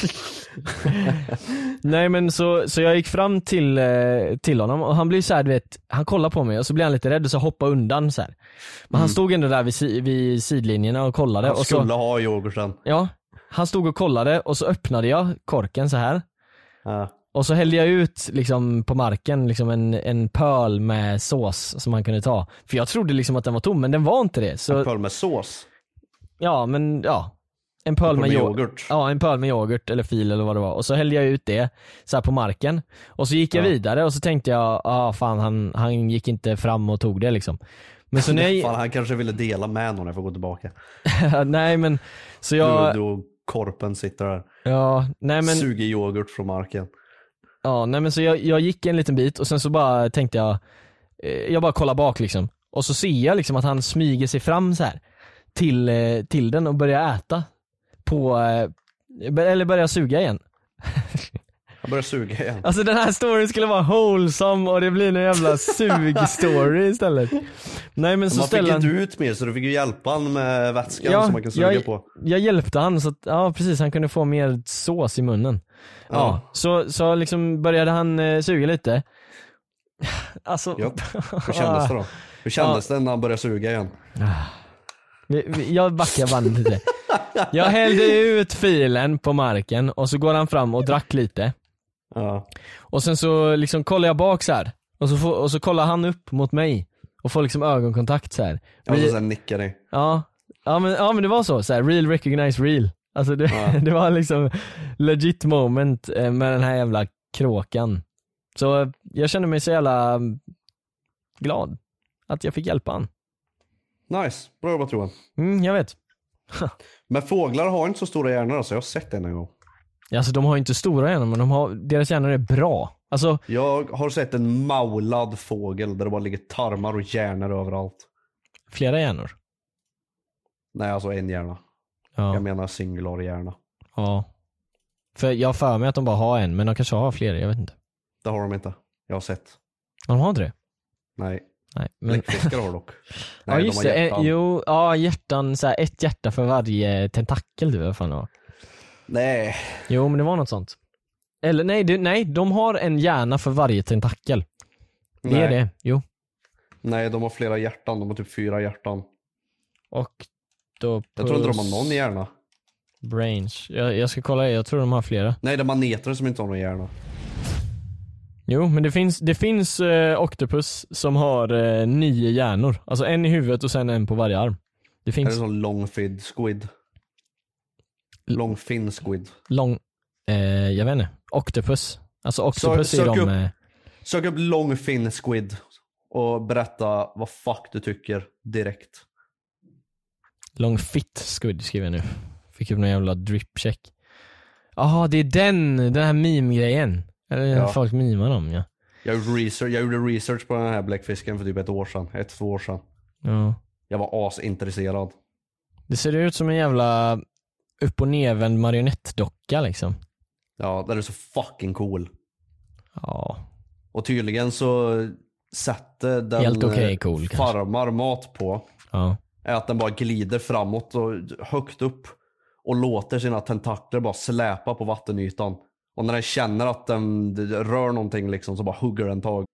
Nej men så, så jag gick fram till, till honom och han blev så här, du vet, han kollar på mig och så blir han lite rädd och så hoppar undan så här. Men mm. han stod ändå där vid, vid sidlinjerna och kollade.
Han
och
skulle
så,
ha yoghurten.
Ja, han stod och kollade och så öppnade jag korken så här.
Ja.
Och så hällde jag ut liksom på marken liksom en, en pöl med sås som han kunde ta. För jag trodde liksom att den var tom, men den var inte det. Så...
En pöl med sås?
Ja, men ja. En pöl med, med yoghurt. Ja, en pöl med yoghurt eller fil eller vad det var. Och så hällde jag ut det så här på marken. Och så gick jag ja. vidare och så tänkte jag, ja ah, fan han, han gick inte fram och tog det liksom. Men så när jag...
fan, han kanske ville dela med någon, jag får gå tillbaka.
Nej men så jag...
Du, du och korpen sitter där.
Ja, nej men...
Suger yoghurt från marken.
Ja, nej men så jag, jag gick en liten bit och sen så bara tänkte jag, jag bara kollar bak liksom. Och så ser jag liksom att han smyger sig fram så här till, till den och börjar äta. På, eller börjar suga igen.
Jag börjar suga igen.
Alltså den här storyn skulle vara wholesome och det blir en jävla sug-story istället. Nej men så
man
ställer
fick
han...
inte ut mer så du fick ju hjälpa han med vätskan
ja,
som man kan suga
jag,
på.
Jag hjälpte han så att, ja precis, han kunde få mer sås i munnen. Ja, ja så, så liksom började han eh, suga lite. Alltså...
Ja. Hur kändes det då? Hur kändes ja. det när han började suga igen?
Jag backar bandet lite. Jag hällde ut filen på marken och så går han fram och drack lite.
Ja.
Och sen så liksom kollar jag bak så här. Och så, får, och så kollar han upp mot mig och får liksom ögonkontakt så här.
Ja, och så sen nickar dig.
Ja. Ja men, ja men det var så, så här, real recognize real. Alltså det, ja. det var liksom legit moment med den här jävla kråkan. Så jag kände mig så jävla glad att jag fick hjälpa han.
Nice, bra jobbat Johan.
Mm, jag vet.
Men fåglar har inte så stora hjärnor, alltså jag har sett en en gång.
Ja, alltså de har inte stora hjärnor, men de har, deras hjärnor är bra. Alltså,
jag har sett en maulad fågel där det bara ligger tarmar och hjärnor överallt.
Flera hjärnor?
Nej, alltså en hjärna. Ja. Jag menar singular hjärna.
Ja. För jag har för mig att de bara har en, men de kanske har flera, jag vet inte.
Det har de inte. Jag har sett.
De har inte det?
Nej.
Nej, men...
Bläckfiskar har dock. Nej,
ja just det, hjärtan. Jo, ja hjärtan, så här, ett hjärta för varje tentakel, du vad fan det var.
Nej.
Jo, men det var något sånt. Eller nej, det, nej, de har en hjärna för varje tentakel. Det nej. är det, jo.
Nej, de har flera hjärtan, de har typ fyra hjärtan.
Och då...
Jag tror inte de har någon hjärna.
Brains, jag, jag ska kolla, jag tror de har flera.
Nej, det är maneter som inte har någon hjärna.
Jo, men det finns, det finns eh, octopus som har eh, nio hjärnor. Alltså en i huvudet och sen en på varje arm. Det finns...
Är det sån long fin squid? Long fin squid.
Long, eh, jag vet inte. Octopus. Alltså octopus
sök,
är de...
Upp,
eh...
Sök upp long fin squid och berätta vad fuck du tycker direkt.
Long fit squid skriver jag nu. Fick upp någon jävla drip check. Jaha, det är den, den här meme-grejen. Eller ja. Folk mimar dem, ja.
Jag gjorde research, jag gjorde research på den här bläckfisken för typ ett år sedan. Ett, två år sedan.
Ja.
Jag var asintresserad.
Det ser ut som en jävla upp- och nedvänd marionettdocka liksom.
Ja, den är så fucking cool.
Ja.
Och tydligen så sätter den
helt okay, cool,
farmar mat på.
Ja.
Är att den bara glider framåt och högt upp och låter sina tentakler bara släpa på vattenytan. Och när den känner att den rör någonting liksom så bara hugger den tag.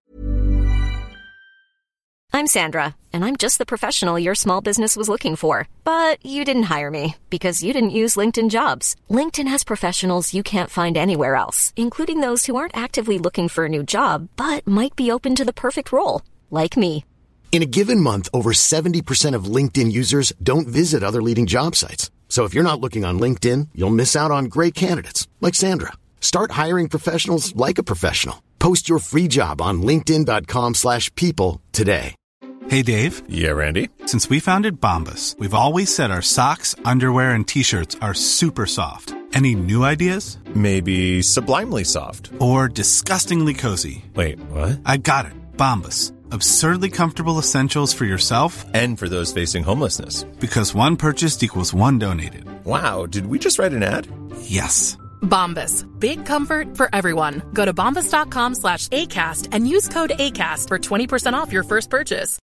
I'm Sandra, and I'm just the professional your small business was looking for. But you didn't hire me because you didn't use LinkedIn Jobs. LinkedIn has professionals you can't find anywhere else, including those who aren't actively looking for a new job, but might be open to the perfect role, like me.
In a given month, over seventy percent of LinkedIn users don't visit other leading job sites. So if you're not looking on LinkedIn, you'll miss out on great candidates like Sandra. Start hiring professionals like a professional. Post your free job on linkedin dot com slash people today.
Hey, Dave.
Yeah, Randy.
Since we founded Bombas, we've always said our socks, underwear, and T-shirts are super soft. Any new ideas?
Maybe sublimely soft.
Or disgustingly cozy.
Wait, what?
I got it. Bombas. Absurdly comfortable essentials for yourself
and for those facing homelessness.
Because one purchased equals one donated.
Wow, did we just write an ad?
Yes.
Bombas. Big comfort for everyone. Go to bombas dot com slash ACAST and use code ACAST for twenty percent off your first purchase.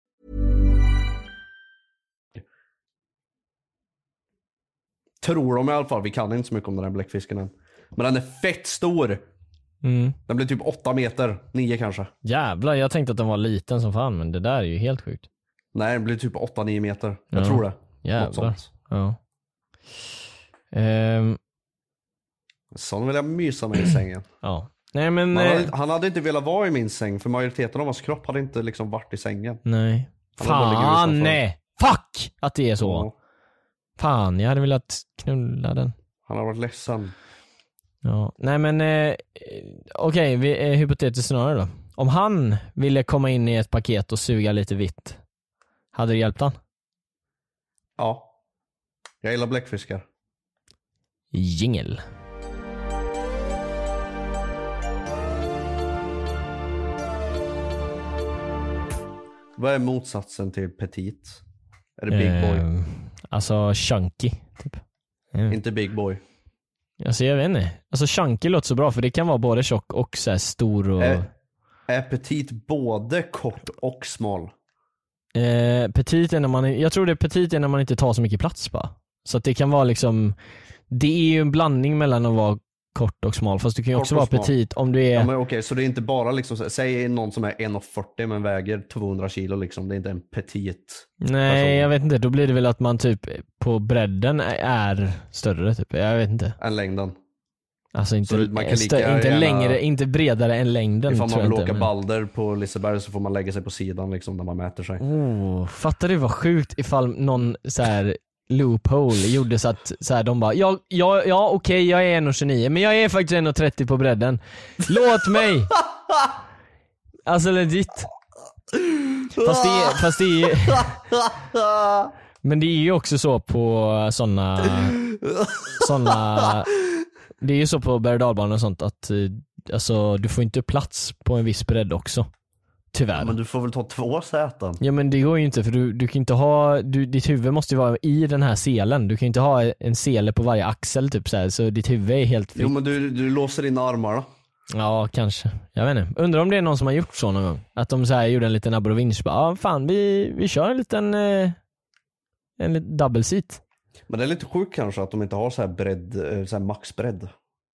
Tror de i alla fall, vi kan inte så mycket om den här bläckfisken än. Men den är fett stor.
Mm.
Den blir typ åtta meter, nio kanske.
Jävlar, jag tänkte att den var liten som fan, men det där är ju helt sjukt.
Nej, den blir typ åtta nio meter. Jag
ja.
tror det.
Jävlar. Ja. Um.
Sån vill jag mysa med i sängen.
Ja. Nej, men
han,
eh...
hade, han hade inte velat vara i min säng, för majoriteten av hans kropp hade inte liksom varit i sängen.
Nej.
Han
fan, nej. Fuck att det är så.
Ja.
Fan, jag hade velat knulla den.
Han har varit ledsen.
Ja, nej men eh, okej, okay, eh, hypotetiskt scenario då. Om han ville komma in i ett paket och suga lite vitt, hade det hjälpt han?
Ja. Jag gillar bläckfiskar.
Jingle.
Vad är motsatsen till petit? Är det big eh, boy?
Alltså chunky typ.
Mm. Inte big boy.
Alltså jag vet inte. Alltså chunky låter så bra, för det kan vara både tjock och så här stor och...
Är, är petit både kort och smal?
Eh, petit är när man... Jag tror det är petit är när man inte tar så mycket plats bara. Så att det kan vara liksom... Det är ju en blandning mellan att vara kort och smal. Fast du kan ju också vara smal. Petit om du är...
Ja, men okej, så det är inte bara liksom... Säg någon som är en komma fyrtio men väger tvåhundra kilo liksom. Det är inte en petit
Nej,
person.
Jag vet inte. Då blir det väl att man typ på bredden är större typ. Jag vet inte.
Än längden.
Alltså inte, man kan lika stö- inte gärna, längre, inte bredare än längden.
Ifall man vill
inte,
åka
men...
Balder på Liseberg så får man lägga sig på sidan liksom när man mäter sig.
Oh, fattar du vad sjukt ifall någon så här loophole gjorde så att så här, de bara ja, ja, ja okej okay, jag är en komma tjugonio men jag är faktiskt en komma trettio på bredden. Låt mig! Alltså legit. Fast det är, fast det är men det är ju också så på såna såna det är ju så på berg- och dalbanor och sånt att alltså, du får inte plats på en viss bredd också. Tyvärr.
Ja, men du får väl ta två säten.
Ja men det går ju inte, för du, du kan inte ha du, ditt huvud måste ju vara i den här selen. Du kan inte ha en sele på varje axel typ så här, så ditt huvud är helt fritt.
Jo men du, du låser dina armar då.
Ja kanske, jag vet inte. Undrar om det är någon som har gjort så någon gång. Att de så här gjorde en liten abrovinch. Ja ah, fan vi, vi kör en liten eh, en liten double seat.
Men det är lite sjukt kanske att de inte har så här bredd, så här maxbredd.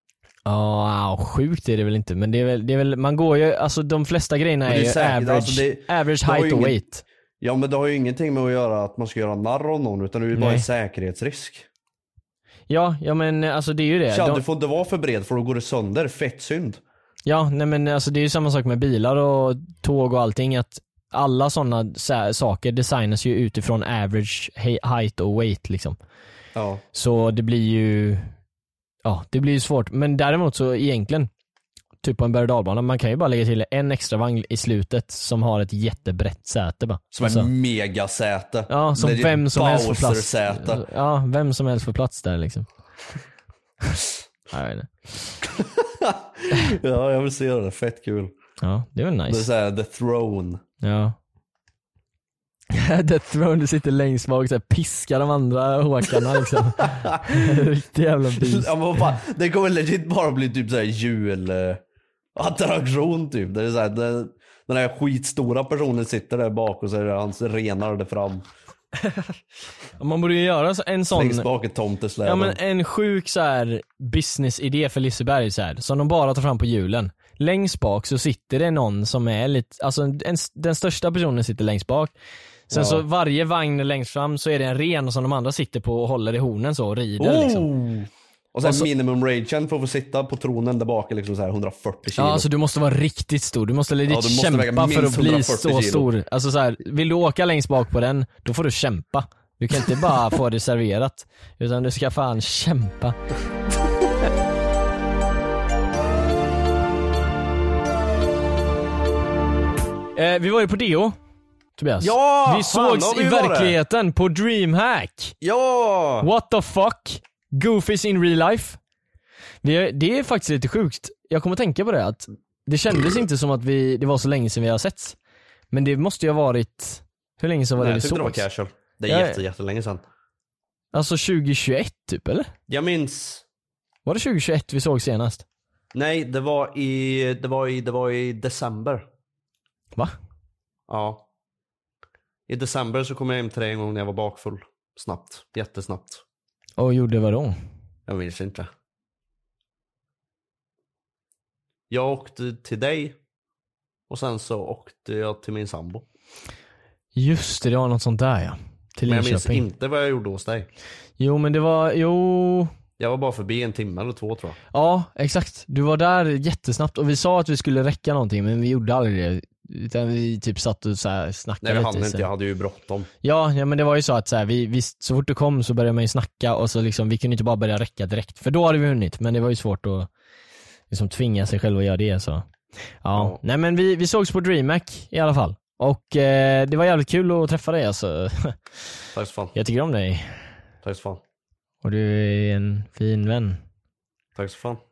Ja, oh, sjukt är det väl inte. Men det är väl, det är väl man går ju, alltså de flesta grejerna är, är ju säkert, average, alltså det, average height och ingen, weight.
Ja men det har ju ingenting med att göra att man ska göra narr av någon, utan det är ju bara en säkerhetsrisk.
Ja, ja men alltså det är ju det.
Tja,
de...
du får inte vara för bred för då går det sönder, fett synd.
Ja, nej men alltså det är ju samma sak med bilar och tåg och allting, att alla sådana sä- saker designas ju utifrån average height och weight liksom.
Ja.
Så det blir ju ja, det blir ju svårt. Men däremot så egentligen typ på en berg- och dalbana, man kan ju bara lägga till en extra vagn i slutet som har ett jättebrett säte bara.
Som
alltså,
en megasäte.
Ja, som
Legit
vem som helst får plats.
Säte.
Ja, vem som helst får plats där liksom. Jag vet inte.
Ja, jag vill se det. Fett kul.
Ja, det var nice.
Det är såhär The Throne.
Ja. The Throne, du sitter längst bak och så här, piskar de andra håkarna liksom. Riktigt jävla bis.
Ja, men fan, det kommer legit bara bli typ såhär julattraktion typ. Det är så här, det, den här skitstora personen sitter där bak och så är det hans renar där fram.
Man borde ju göra en sån.
Längst bak ett tomtesläde.
Ja, men en sjuk så här business-idé för Liseberg så här, som de bara tar fram på julen. Längst bak så sitter det någon som är lite, alltså en, den största personen sitter längst bak. Sen ja. Så varje vagn längst fram så är det en ren som de andra sitter på och håller i hornen så och rider oh! liksom.
Och sen och så, minimum ragen för att få sitta på tronen där bak är liksom så här hundrafyrtio kilo.
Ja, alltså du måste vara riktigt stor. Du måste legit ja, du måste kämpa för att bli så kilo. Stor. Alltså så här, vill du åka längst bak på den, då får du kämpa. Du kan inte bara få det serverat, utan du ska fan kämpa. eh, vi var ju på Deo, Tobias.
Ja,
vi sågs
fan, vi
i verkligheten på Dreamhack.
Ja.
What the fuck? Goofies in real life. Det, det är faktiskt lite sjukt. Jag kommer att tänka på det att det kändes inte som att vi det var så länge sedan vi har setts. Men det måste ju ha varit, hur länge sedan var
Nej,
det vi sågs?
Det var casual. Det är ja, jätte, jättelänge sedan.
Alltså tjugohundratjugoett typ, eller?
Jag minns.
Var det tjugohundratjugoett vi såg senast?
Nej, det var i det var i det var i december.
Va?
Ja. I december så kom jag hem till dig en gång när jag var bakfull. Snabbt, jättesnabbt.
Och gjorde vad då?
Jag minns inte. Jag åkte till dig. Och sen så åkte jag till min sambo.
Just det, det var något sånt där ja. Till
men jag minns
Linköping.
inte vad jag gjorde hos dig.
Jo men det var, jo...
Jag var bara förbi en timme eller två tror jag.
Ja, exakt. Du var där jättesnabbt och vi sa att vi skulle räcka någonting men vi gjorde aldrig det. Utan vi typ satt och så här snackade.
Nej, vi hann
lite,
inte, jag hade ju bråttom.
Ja, ja men det var ju så att så, här, vi, vi, så fort du kom så började man ju snacka och så liksom, vi kunde inte bara börja räcka direkt. För då hade vi hunnit, men det var ju svårt att liksom tvinga sig själv att göra det. Så. Ja. Ja. Nej men vi, vi sågs på DreamHack i alla fall. Och eh, det var jävligt kul att träffa dig alltså.
Tack så fan.
Jag tycker om dig.
Tack så fan.
Och du är en fin vän.
Tack så fan.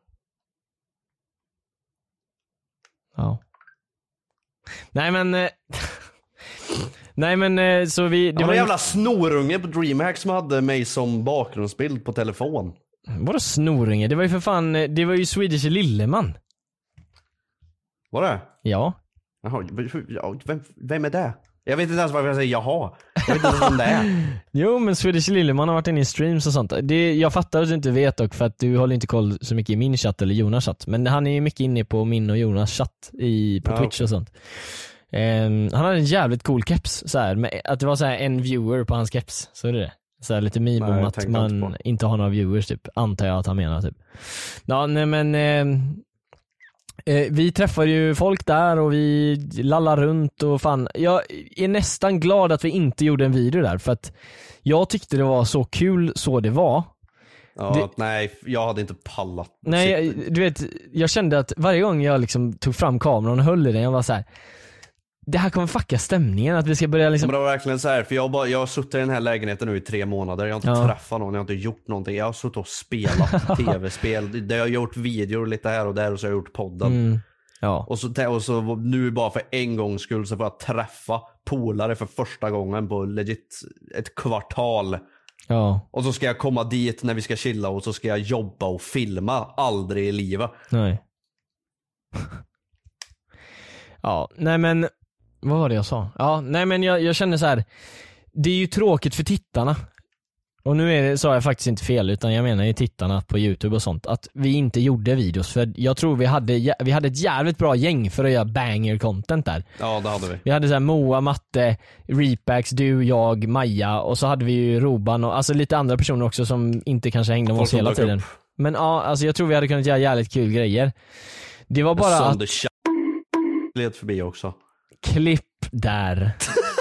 Ja. Nej men Nej men så vi
det var en jävla snorunge på DreamHack som hade mig som bakgrundsbild på telefon.
Vadå snorunge? Det var ju för fan, det var ju Swedish Lilleman.
Var det?
Ja.
Jaha, vem, vem är det? Jag vet inte ens varför jag säger jaha. Jag vet inte vem det är.
Jo men Swedish Lilleman har varit inne i streams och sånt. Det, jag fattar att du inte vet dock, för att du håller inte koll så mycket i min chatt eller Jonas chatt. Men han är mycket inne på min och Jonas chatt i, på ja, Twitch okay. och sånt. Um, han hade en jävligt cool keps så här, med, att det var så här en viewer på hans keps. Så är det så här, lite meme om att man inte, inte har några viewers typ. Antar jag att han menar typ. Ja, nej men eh, eh, vi träffar ju folk där och vi lallar runt och fan. Jag är nästan glad att vi inte gjorde en video där, för att jag tyckte det var så kul så det var.
Ja, det, nej, jag hade inte pallat.
Nej, jag, du vet, jag kände att varje gång jag liksom tog fram kameran och höll i den, jag var så här: det här kommer fucka stämningen, att vi ska börja liksom...
Men det var verkligen så här, för jag, bara, jag har suttit i den här lägenheten nu i tre månader. Jag har inte ja. träffat någon, jag har inte gjort någonting. Jag har suttit och spelat tv-spel. Jag har gjort videor lite här och där och så har jag gjort podden. Mm.
Ja.
Och, så, och så nu bara för en gångs skull så får jag träffa polare för första gången på legit ett kvartal.
Ja.
Och så ska jag komma dit när vi ska chilla och så ska jag jobba och filma. Aldrig i livet.
Nej. Ja, nej men vad var det jag sa? Ja, nej men jag, jag känner så här. Det är ju tråkigt för tittarna. Och nu är det, sa jag faktiskt inte fel, utan jag menar ju tittarna på YouTube och sånt, att vi inte gjorde videos. För jag tror vi hade, vi hade ett jävligt bra gäng för att göra banger content där.
Ja, det hade vi.
Vi hade så här Moa, Matte, Reapax, du, jag, Maja. Och så hade vi ju Roban och alltså lite andra personer också som inte kanske hängde med oss hela tiden. Upp. Men ja, alltså jag tror vi hade kunnat göra jävligt kul grejer. Det var bara att...
led förbi också.
Klipp där.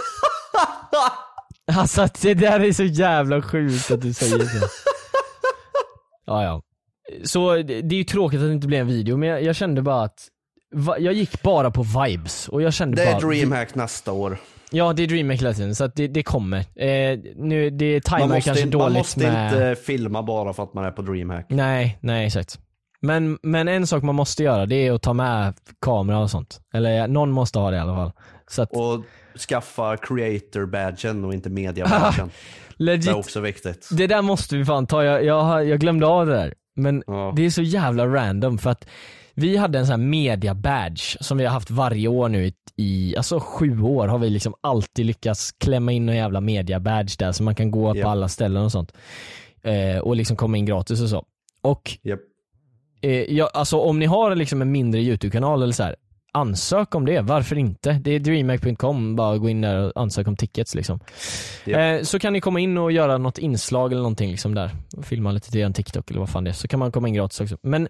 Alltså det där är så jävla sjukt att du säger så. Ja, ja. Så det är ju tråkigt att det inte blev en video, men jag, jag kände bara att va, jag gick bara på vibes och jag kände
det är
bara,
DreamHack nästa år.
Ja, det är DreamHack hela tiden, så att det, det kommer. Eh, nu det tajmar kanske
inte,
dåligt.
Man måste
med...
inte filma bara för att man är på DreamHack.
Nej, nej exakt. Men, men en sak man måste göra, det är att ta med kamera och sånt. Eller någon måste ha det i alla fall. Så att...
Och skaffa creator-badgen och inte media-badgen.
Legit.
Det är också viktigt.
Det där måste vi fan ta, jag, jag, jag glömde av det där. Men ja. Det är så jävla random för att vi hade en sån här media-badge som vi har haft varje år nu i, i alltså sju år har vi liksom alltid lyckats klämma in en jävla media-badge där så man kan gå yep. på alla ställen och sånt. Eh, och liksom komma in gratis och så. Och
yep.
eh, ja, alltså om ni har liksom en mindre YouTube-kanal eller så här, ansök om det, varför inte? Det är dreamhack punkt com, bara gå in där och ansöka om tickets liksom. Yep. Eh, så kan ni komma in och göra något inslag eller någonting liksom där. Filma lite till en TikTok eller vad fan det är. Så kan man komma in gratis också. Men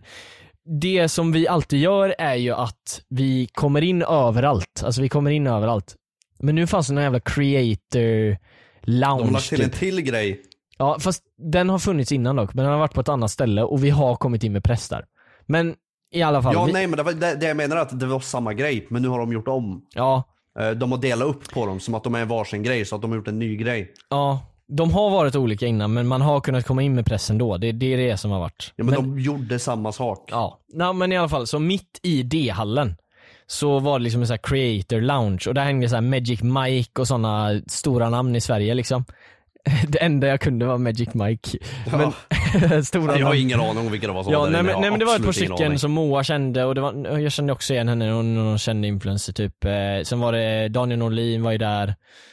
det som vi alltid gör är ju att vi kommer in överallt. Alltså vi kommer in överallt. Men nu fanns det någon jävla creator lounge. De
har lagt till en
typ.
till grej.
Ja, fast den har funnits innan dock. Men den har varit på ett annat ställe och vi har kommit in med press där. Men i alla fall.
Ja,
vi...
nej, men det, var, det, det jag menar är att det var samma grej, men nu har de gjort om.
Ja.
De har delat upp på dem som att de är varsin grej, så att de har gjort en ny grej.
Ja, de har varit olika innan, men man har kunnat komma in med pressen då. Det, det är det som har varit.
Ja, men, men de gjorde samma sak.
Ja, nej, men i alla fall, så mitt i D-hallen så var det liksom en sån här creator lounge. Och där hängde så här Magic Mike och såna stora namn i Sverige liksom. Det enda jag kunde var Magic Mike. Men
ja.
stora
jag har ingen aning om vilka det var som
ja,
var
nej,
där.
men, nej men det var ett par stycken som Moa kände. Och det var, jag kände också igen henne och någon kände influencer typ. eh, Sen var det Daniel Norlin var ju där.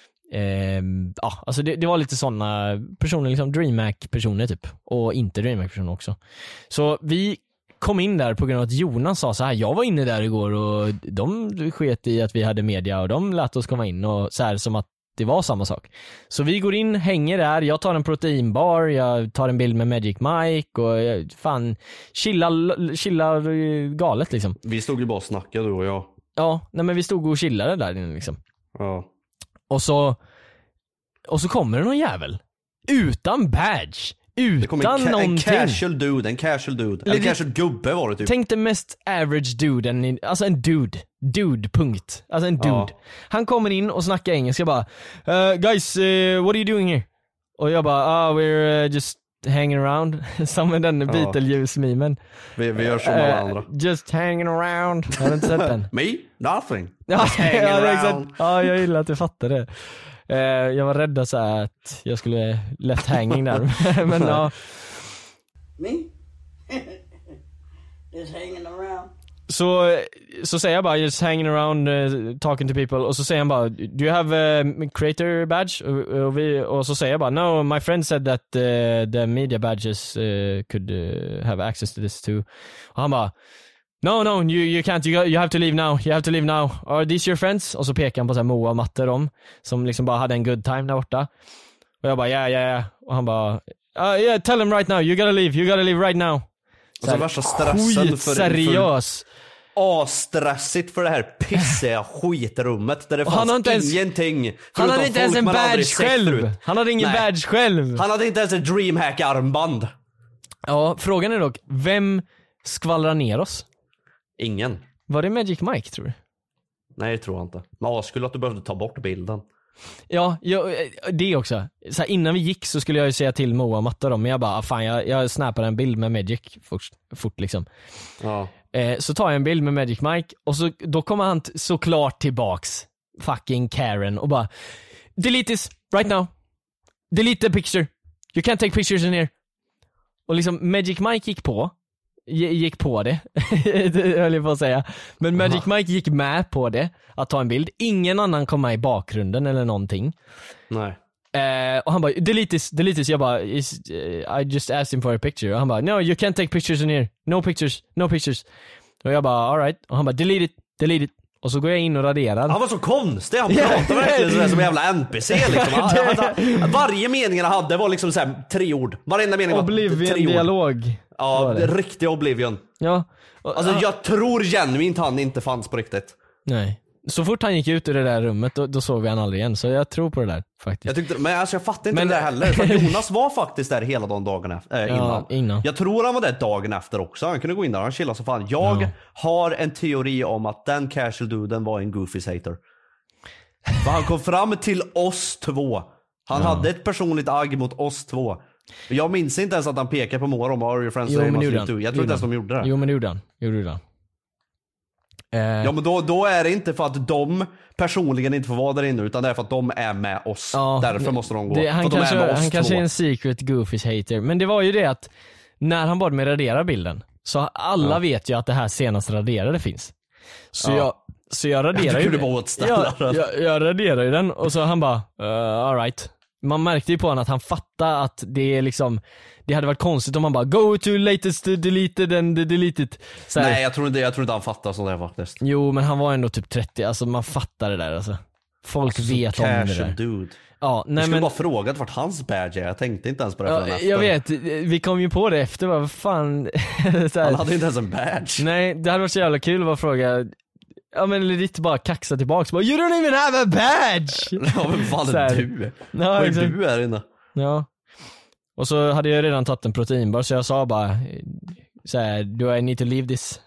eh, Ja, alltså det, det var lite såna personer liksom, DreamHack personer typ. Och inte DreamHack personer också. Så vi kom in där på grund av att Jonas sa så här: jag var inne där igår och de sket i att vi hade media och de lät oss komma in och så här, som att det var samma sak. Så vi går in, hänger där, jag tar en proteinbar, jag tar en bild med Magic Mike och jag, fan chillar, chillar galet liksom.
Vi stod ju bara och snackade du och jag.
Ja, nej men vi stod och chillade där inne liksom.
Ja.
Och så och så kommer det någon jävel utan badge. Utan
det kom en, ca-
någonting.
en casual dude, en casual dude. En casual gubbe var det typ.
Tänk det mest average dude, en, alltså en dude. Dude, punkt. Alltså en dude. Ja. Han kommer in och snackar engelska bara. Uh, guys, uh, what are you doing here? Och jag bara, ah, oh, we're uh, just hanging around. Som med den ja. Beetlejuice-mimen.
Vi, vi gör som alla uh, andra.
Just hanging around. Har du inte sett den?
Me? Nothing.
Ja,
hanging
ja,
around.
Ja, jag gillar att du fattar det. Uh, jag var rädd så här att jag skulle left hanging där. Men ja.
Me? Just hanging around.
Så, så säger jag bara just hanging around uh, talking to people. Och så säger han bara, do you have a creator badge? Och, och, vi, och så säger jag bara, no, my friend said that uh, the media badges uh, could uh, have access to this too. Och han bara, no, no, you, you can't, you, you have to leave now, you have to leave now. Are these your friends? Och så pekar han på så här Moa och Matte de, som liksom bara hade en good time där borta. Och jag bara, yeah, yeah, yeah. Och han bara, uh, yeah, tell them right now, you gotta leave, you gotta leave right now.
Så alltså värsta stressen för,
seriös.
För asstressigt för det här pissiga skitrummet där det fanns han ens, ingenting.
Han hade inte ens en badge själv. Han hade ingen Nej. badge själv.
Han hade inte ens ett DreamHack-armband.
Ja, frågan är dock, vem skvallrar ner oss?
Ingen.
Var det Magic Mike, tror du?
Nej, det tror jag inte. Men jag skulle att du behövde ta bort bilden.
Ja, jag, det också. Så här, innan vi gick så skulle jag ju säga till Moa och Matta dem, men jag bara, fan, jag, jag snappade en bild med Magic fort, fort liksom.
Ja.
Eh, så tar jag en bild med Magic Mike och så, då kommer han t- såklart tillbaks, fucking Karen, och bara, delete this right now. Delete the picture. You can't take pictures in here. Och liksom Magic Mike gick på gick på det, det höll jag på att säga. Men Magic Mike gick med på det, att ta en bild. Ingen annan kom med i bakgrunden eller någonting.
Nej.
Uh, och han bara, delete this, delete this. Jag bara, Is, uh, I just asked him for a picture. Och han bara, no, you can't take pictures in here. No pictures, no pictures. Och jag bara, all right. Och han bara, delete it, delete it. Och så går jag in och raderar.
Han var så konstig, han pratade verkligen sådär som en jävla N P C liksom. Han, han, han, varje mening han hade var liksom såhär tre ord. Varenda mening var
Oblivion
tre ord.
Dialog.
Ja, riktig Oblivion.
Ja.
Och, alltså jag tror genuint han inte fanns på riktigt.
Nej. Så fort han gick ut ur det där rummet då, då såg vi han aldrig igen. Så jag tror på det där faktiskt.
Jag tyckte, men alltså jag fattar inte
men,
det där heller. För Jonas var faktiskt där hela de dagarna äh, innan.
Ja, innan.
Jag tror han var där dagen efter också. Han kunde gå in där och chilla så fan. Jag ja. har en teori om att den casual duden var en Goofys hater. För han kom fram till oss två. Han ja. hade ett personligt agg mot oss två. Jag minns inte ens att han pekade på Mora om Are your friends
jo,
today
men
must
gjorde
leave
han.
too. Jag tror inte ens de gjorde det.
Jo men det gjorde han. Gjorde han. Eh,
Ja men då, då är det inte för att de personligen inte får vara där inne, utan det är för att de är med oss.
ja,
Därför måste de gå.
Det, han
för att
kanske,
de är med oss
han kanske
två.
är en secret goofish hater. Men det var ju det att när han bad mig radera bilden, så alla ja. vet ju att det här senast raderade finns. Så
ja.
jag Så jag raderar ju
den.
Jag, jag, jag raderar ju den och så han bara uh, all right. Man märkte ju på honom att han fattade att det är liksom, det hade varit konstigt om man bara go to latest deleted and deleted. Så här.
Nej jag tror inte jag tror inte han fattar sånt där faktiskt.
Jo men han var ändå typ trettio, alltså man fattar det där alltså. Folk alltså, vet om det där.
Dude.
Ja, nej,
jag skulle
men...
bara frågat vart hans badge är. Jag tänkte inte ens på det
ja,
förrän efter.
Jag vet, vi kom ju på det efter. Vad fan så här.
Han hade inte ens en badge.
Nej, det hade varit så jävla kul att bara fråga. Ja men lite bara kaxa tillbaks bara, you don't even have a badge.
Ja men fan är du?
Ja,
vad är
exakt.
du här inne?
Ja. Och så hade jag redan tagit en proteinbar, så jag sa bara så här, do I need to leave this?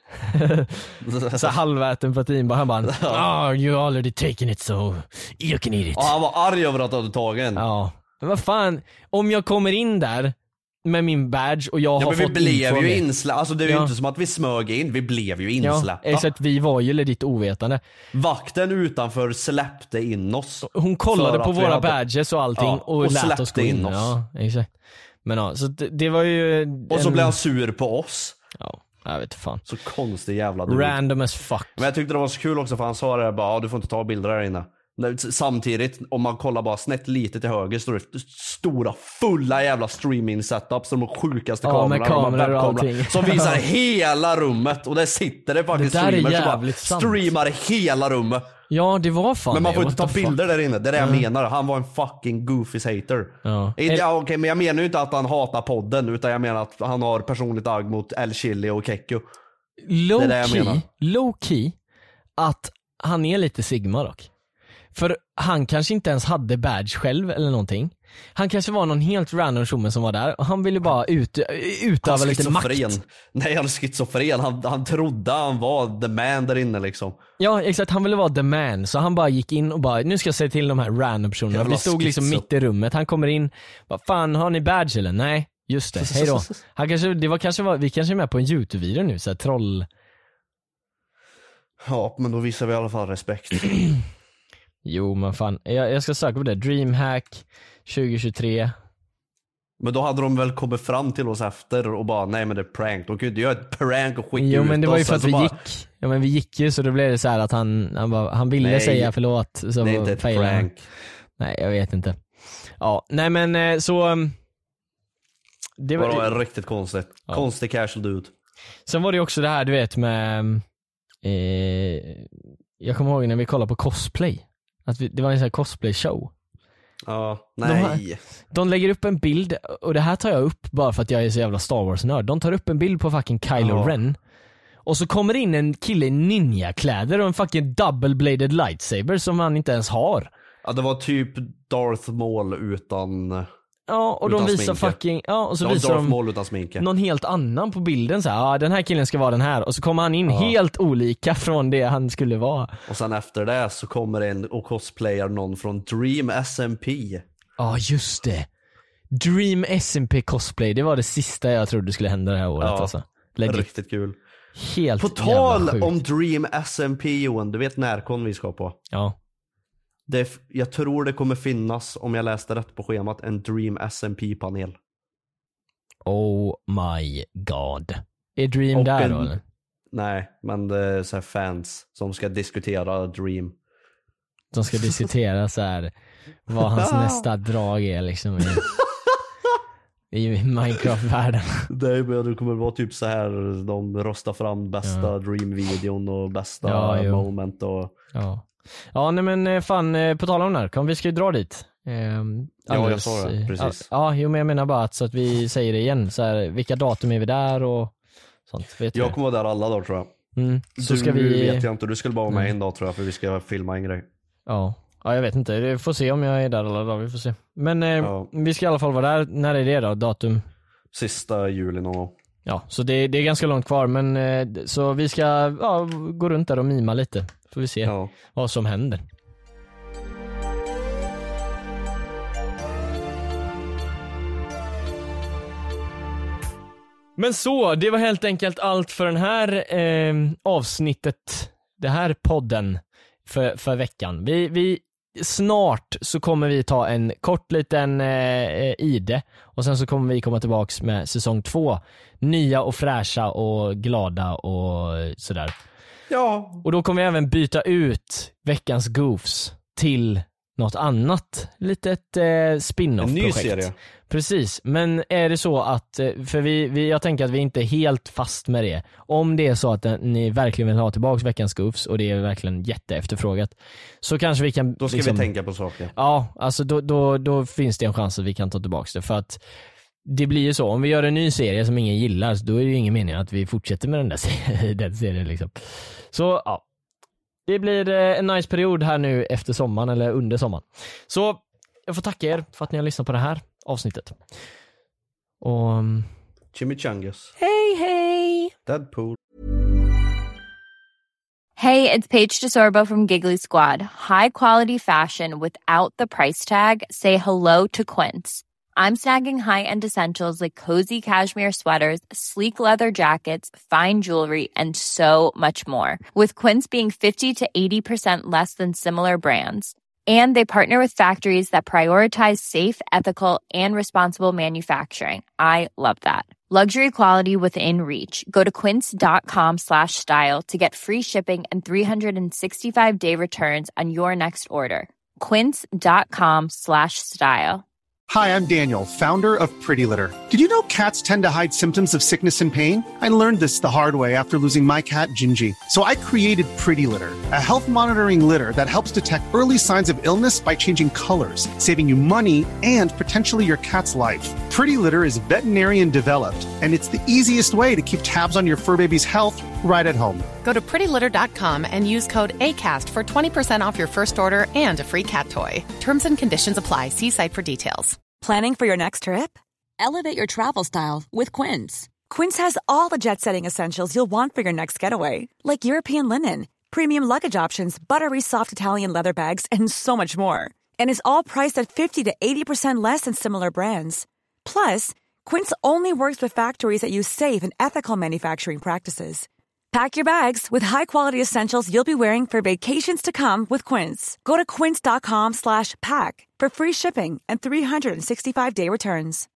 Så halväten proteinbar. Han bara, oh, you already taken it so you can eat it.
Ja, han var arg över att du hade tagit en.
Ja. Men vad fan, om jag kommer in där med min badge och jag
ja,
har
men vi
fått
blev ju
med.
insläppta. Alltså det är ju
ja.
inte som att vi smög in, vi blev ju insläppta.
Ja, exakt, vi var ju lite ovetande.
Vakten utanför släppte in oss.
Hon kollade på våra hade... badges och allting
ja,
och,
och
lät oss gå in.
in oss.
Ja, exakt. Men ja, så det, det var ju
och
en...
så blev han sur på oss.
Ja, jag vet fan.
Så konstig jävla dude.
Random as fuck.
Men jag tyckte det var så kul också för han sa det bara, du får inte ta bilder där inne. Samtidigt, om man kollar bara snett lite till höger, står det stora fulla jävla streaming setups, de sjukaste
ja,
kamerorna,
med kameror och allting.
som visar hela rummet, och där sitter det faktiskt
det där
streamers
är
som bara
sant.
streamar hela rummet.
Ja, det var fan.
Men man får
det.
inte ta bilder där inne, det är det jag mm. menar. Han var en fucking goofy hater.
Ja.
Ja, okej, men jag menar ju inte att han hatar podden, utan jag menar att han har personligt agg mot El Chili och Kekko.
Low key, low key att han är lite Sigma dock. För han kanske inte ens hade badge själv eller någonting. Han kanske var någon helt random tjomme som var där och han ville bara ut, utöva lite makt.
Nej, han är schizofren. Han, han trodde han var the man där inne liksom.
Ja, exakt. Han ville vara the man. Så han bara gick in och bara, nu ska jag säga till de här random personerna. Vi stod liksom schizo. mitt i rummet. Han kommer in. Vad fan, har ni badge eller? Nej, just det. Hej då. Han kanske, det var kanske var, vi kanske är med på en YouTube-video nu. Så här, troll.
Ja, men då visar vi i alla fall respekt.
Jo men fan, jag, jag ska söka på det. Dreamhack tjugo tjugotre.
Men då hade de väl kommit fram till oss efter och bara, nej men det är prank. De kunde inte göra ett prank och skicka
jo,
ut oss.
Jo men det var ju för att vi
bara...
gick. Ja men vi gick ju, så då blev det så här att han han, bara, han ville nej, säga förlåt. Så
det är inte ett
failade.
prank.
Nej jag vet inte. Ja, nej men så
det var, var det riktigt konstigt. Ja. Konstig casual dude.
Sen var det också det här du vet med eh, jag kommer ihåg när vi kollade på cosplay. Att vi, det var en sån här cosplay show.
Ja, nej.
De, har, de lägger upp en bild, och det här tar jag upp bara för att jag är så jävla Star Wars-nörd. De tar upp en bild på fucking Kylo ja. Ren. Och så kommer in en kille i ninja-kläder och en fucking double-bladed lightsaber som han inte ens har.
Ja, det var typ Darth Maul utan...
Ja, och de visar sminke. fucking... Ja, och så
ja,
visar
Darth
de
Maul utan sminke.
Någon helt annan på bilden så här, ja, den här killen ska vara den här. Och så kommer han in ja. helt olika från det han skulle vara.
Och sen efter det så kommer en och cosplayar någon från Dream S M P.
Ja, just det. Dream S M P cosplay, det var det sista jag trodde skulle hända det här året. Ja, alltså.
riktigt kul.
Helt
på tal om Dream S M P, Johan, du vet närkon vi ska på.
Ja.
Det, jag tror det kommer finnas, om jag läste rätt på schemat, en Dream S M P-panel.
Oh my god. Är Dream och där en, då eller?
Nej, men det är så här fans som ska diskutera Dream.
De ska diskutera så här vad hans nästa drag är liksom i, i Minecraft-världen.
Det, det kommer vara typ så här, de röstar fram bästa ja. Dream-videon och bästa ja, moment och...
Ja. Ja, nej men fan, på tal om det här, kom, vi ska ju dra dit. Ehm,
ja, jag sa det, precis.
Ja, jo, men jag menar bara att, så att vi säger det igen, så här, vilka datum är vi där och sånt. Vet
jag kommer vara där alla dagar tror jag.
Mm. Så
du
ska vi...
vet jag inte, du skulle bara vara med mm. en dag tror jag, för vi ska filma en grej.
Ja, ja jag vet inte, vi får se om jag är där alla dagar, vi får se. Men eh, ja. vi ska i alla fall vara där, när är det då, datum?
Sista juli någon gång.
Ja, så det, det är ganska långt kvar, men eh, så vi ska ja, gå runt där och mima lite. Får vi se ja. vad som händer. Men så, det var helt enkelt allt för den här eh, avsnittet, det här podden för, för veckan. Vi, vi snart så kommer vi ta en kort liten eh, ide och sen så kommer vi komma tillbaks med säsong två. Nya och fräscha och glada och sådär.
Ja.
Och då kommer vi även byta ut veckans goofs till något annat litet eh, spin-off-projekt.
En ny serie.
Precis, men är det så att, för vi, vi, jag tänker att vi inte är helt fast med det. Om det är så att ni verkligen vill ha tillbaka veckans goofs och det är verkligen jätteefterfrågat, så kanske vi kan...
Då ska
liksom,
vi tänka på saker.
Ja, alltså då, då, då finns det en chans att vi kan ta tillbaka det. För att det blir ju så, om vi gör en ny serie som ingen gillar, så då är det ju ingen mening att vi fortsätter med den där serien, den serien liksom. Så ja, det blir en nice period här nu efter sommaren, eller under sommaren. Så jag får tacka er för att ni har lyssnat på det här avsnittet. Och...
Chimichangas.
Hej hej!
Deadpool.
Hey, it's Paige DeSorbo from Giggly Squad. High quality fashion without the price tag. Say hello to Quince. I'm snagging high-end essentials like cozy cashmere sweaters, sleek leather jackets, fine jewelry, and so much more. With Quince being fifty to eighty percent less than similar brands. And they partner with factories that prioritize safe, ethical, and responsible manufacturing. I love that. Luxury quality within reach. Go to quince.com slash style to get free shipping and three sixty-five day returns on your next order. Quince.com slash style.
Hi, I'm Daniel, founder of Pretty Litter. Did you know cats tend to hide symptoms of sickness and pain? I learned this the hard way after losing my cat, Gingy. So I created Pretty Litter, a health monitoring litter that helps detect early signs of illness by changing colors, saving you money and potentially your cat's life. Pretty Litter is veterinarian developed, and it's the easiest way to keep tabs on your fur baby's health right at home.
Go to pretty litter dot com and use code ACAST for twenty percent off your first order and a free cat toy. Terms and conditions apply. See site for details.
Planning for your next trip? Elevate your travel style with Quince.
Quince has all the jet-setting essentials you'll want for your next getaway, like European linen, premium luggage options, buttery soft Italian leather bags, and so much more. And is all priced at fifty to eighty percent less than similar brands. Plus, Quince only works with factories that use safe and ethical manufacturing practices. Pack your bags with high-quality essentials you'll be wearing for vacations to come with Quince. Go to quince.com slash pack for free shipping and three sixty-five day returns.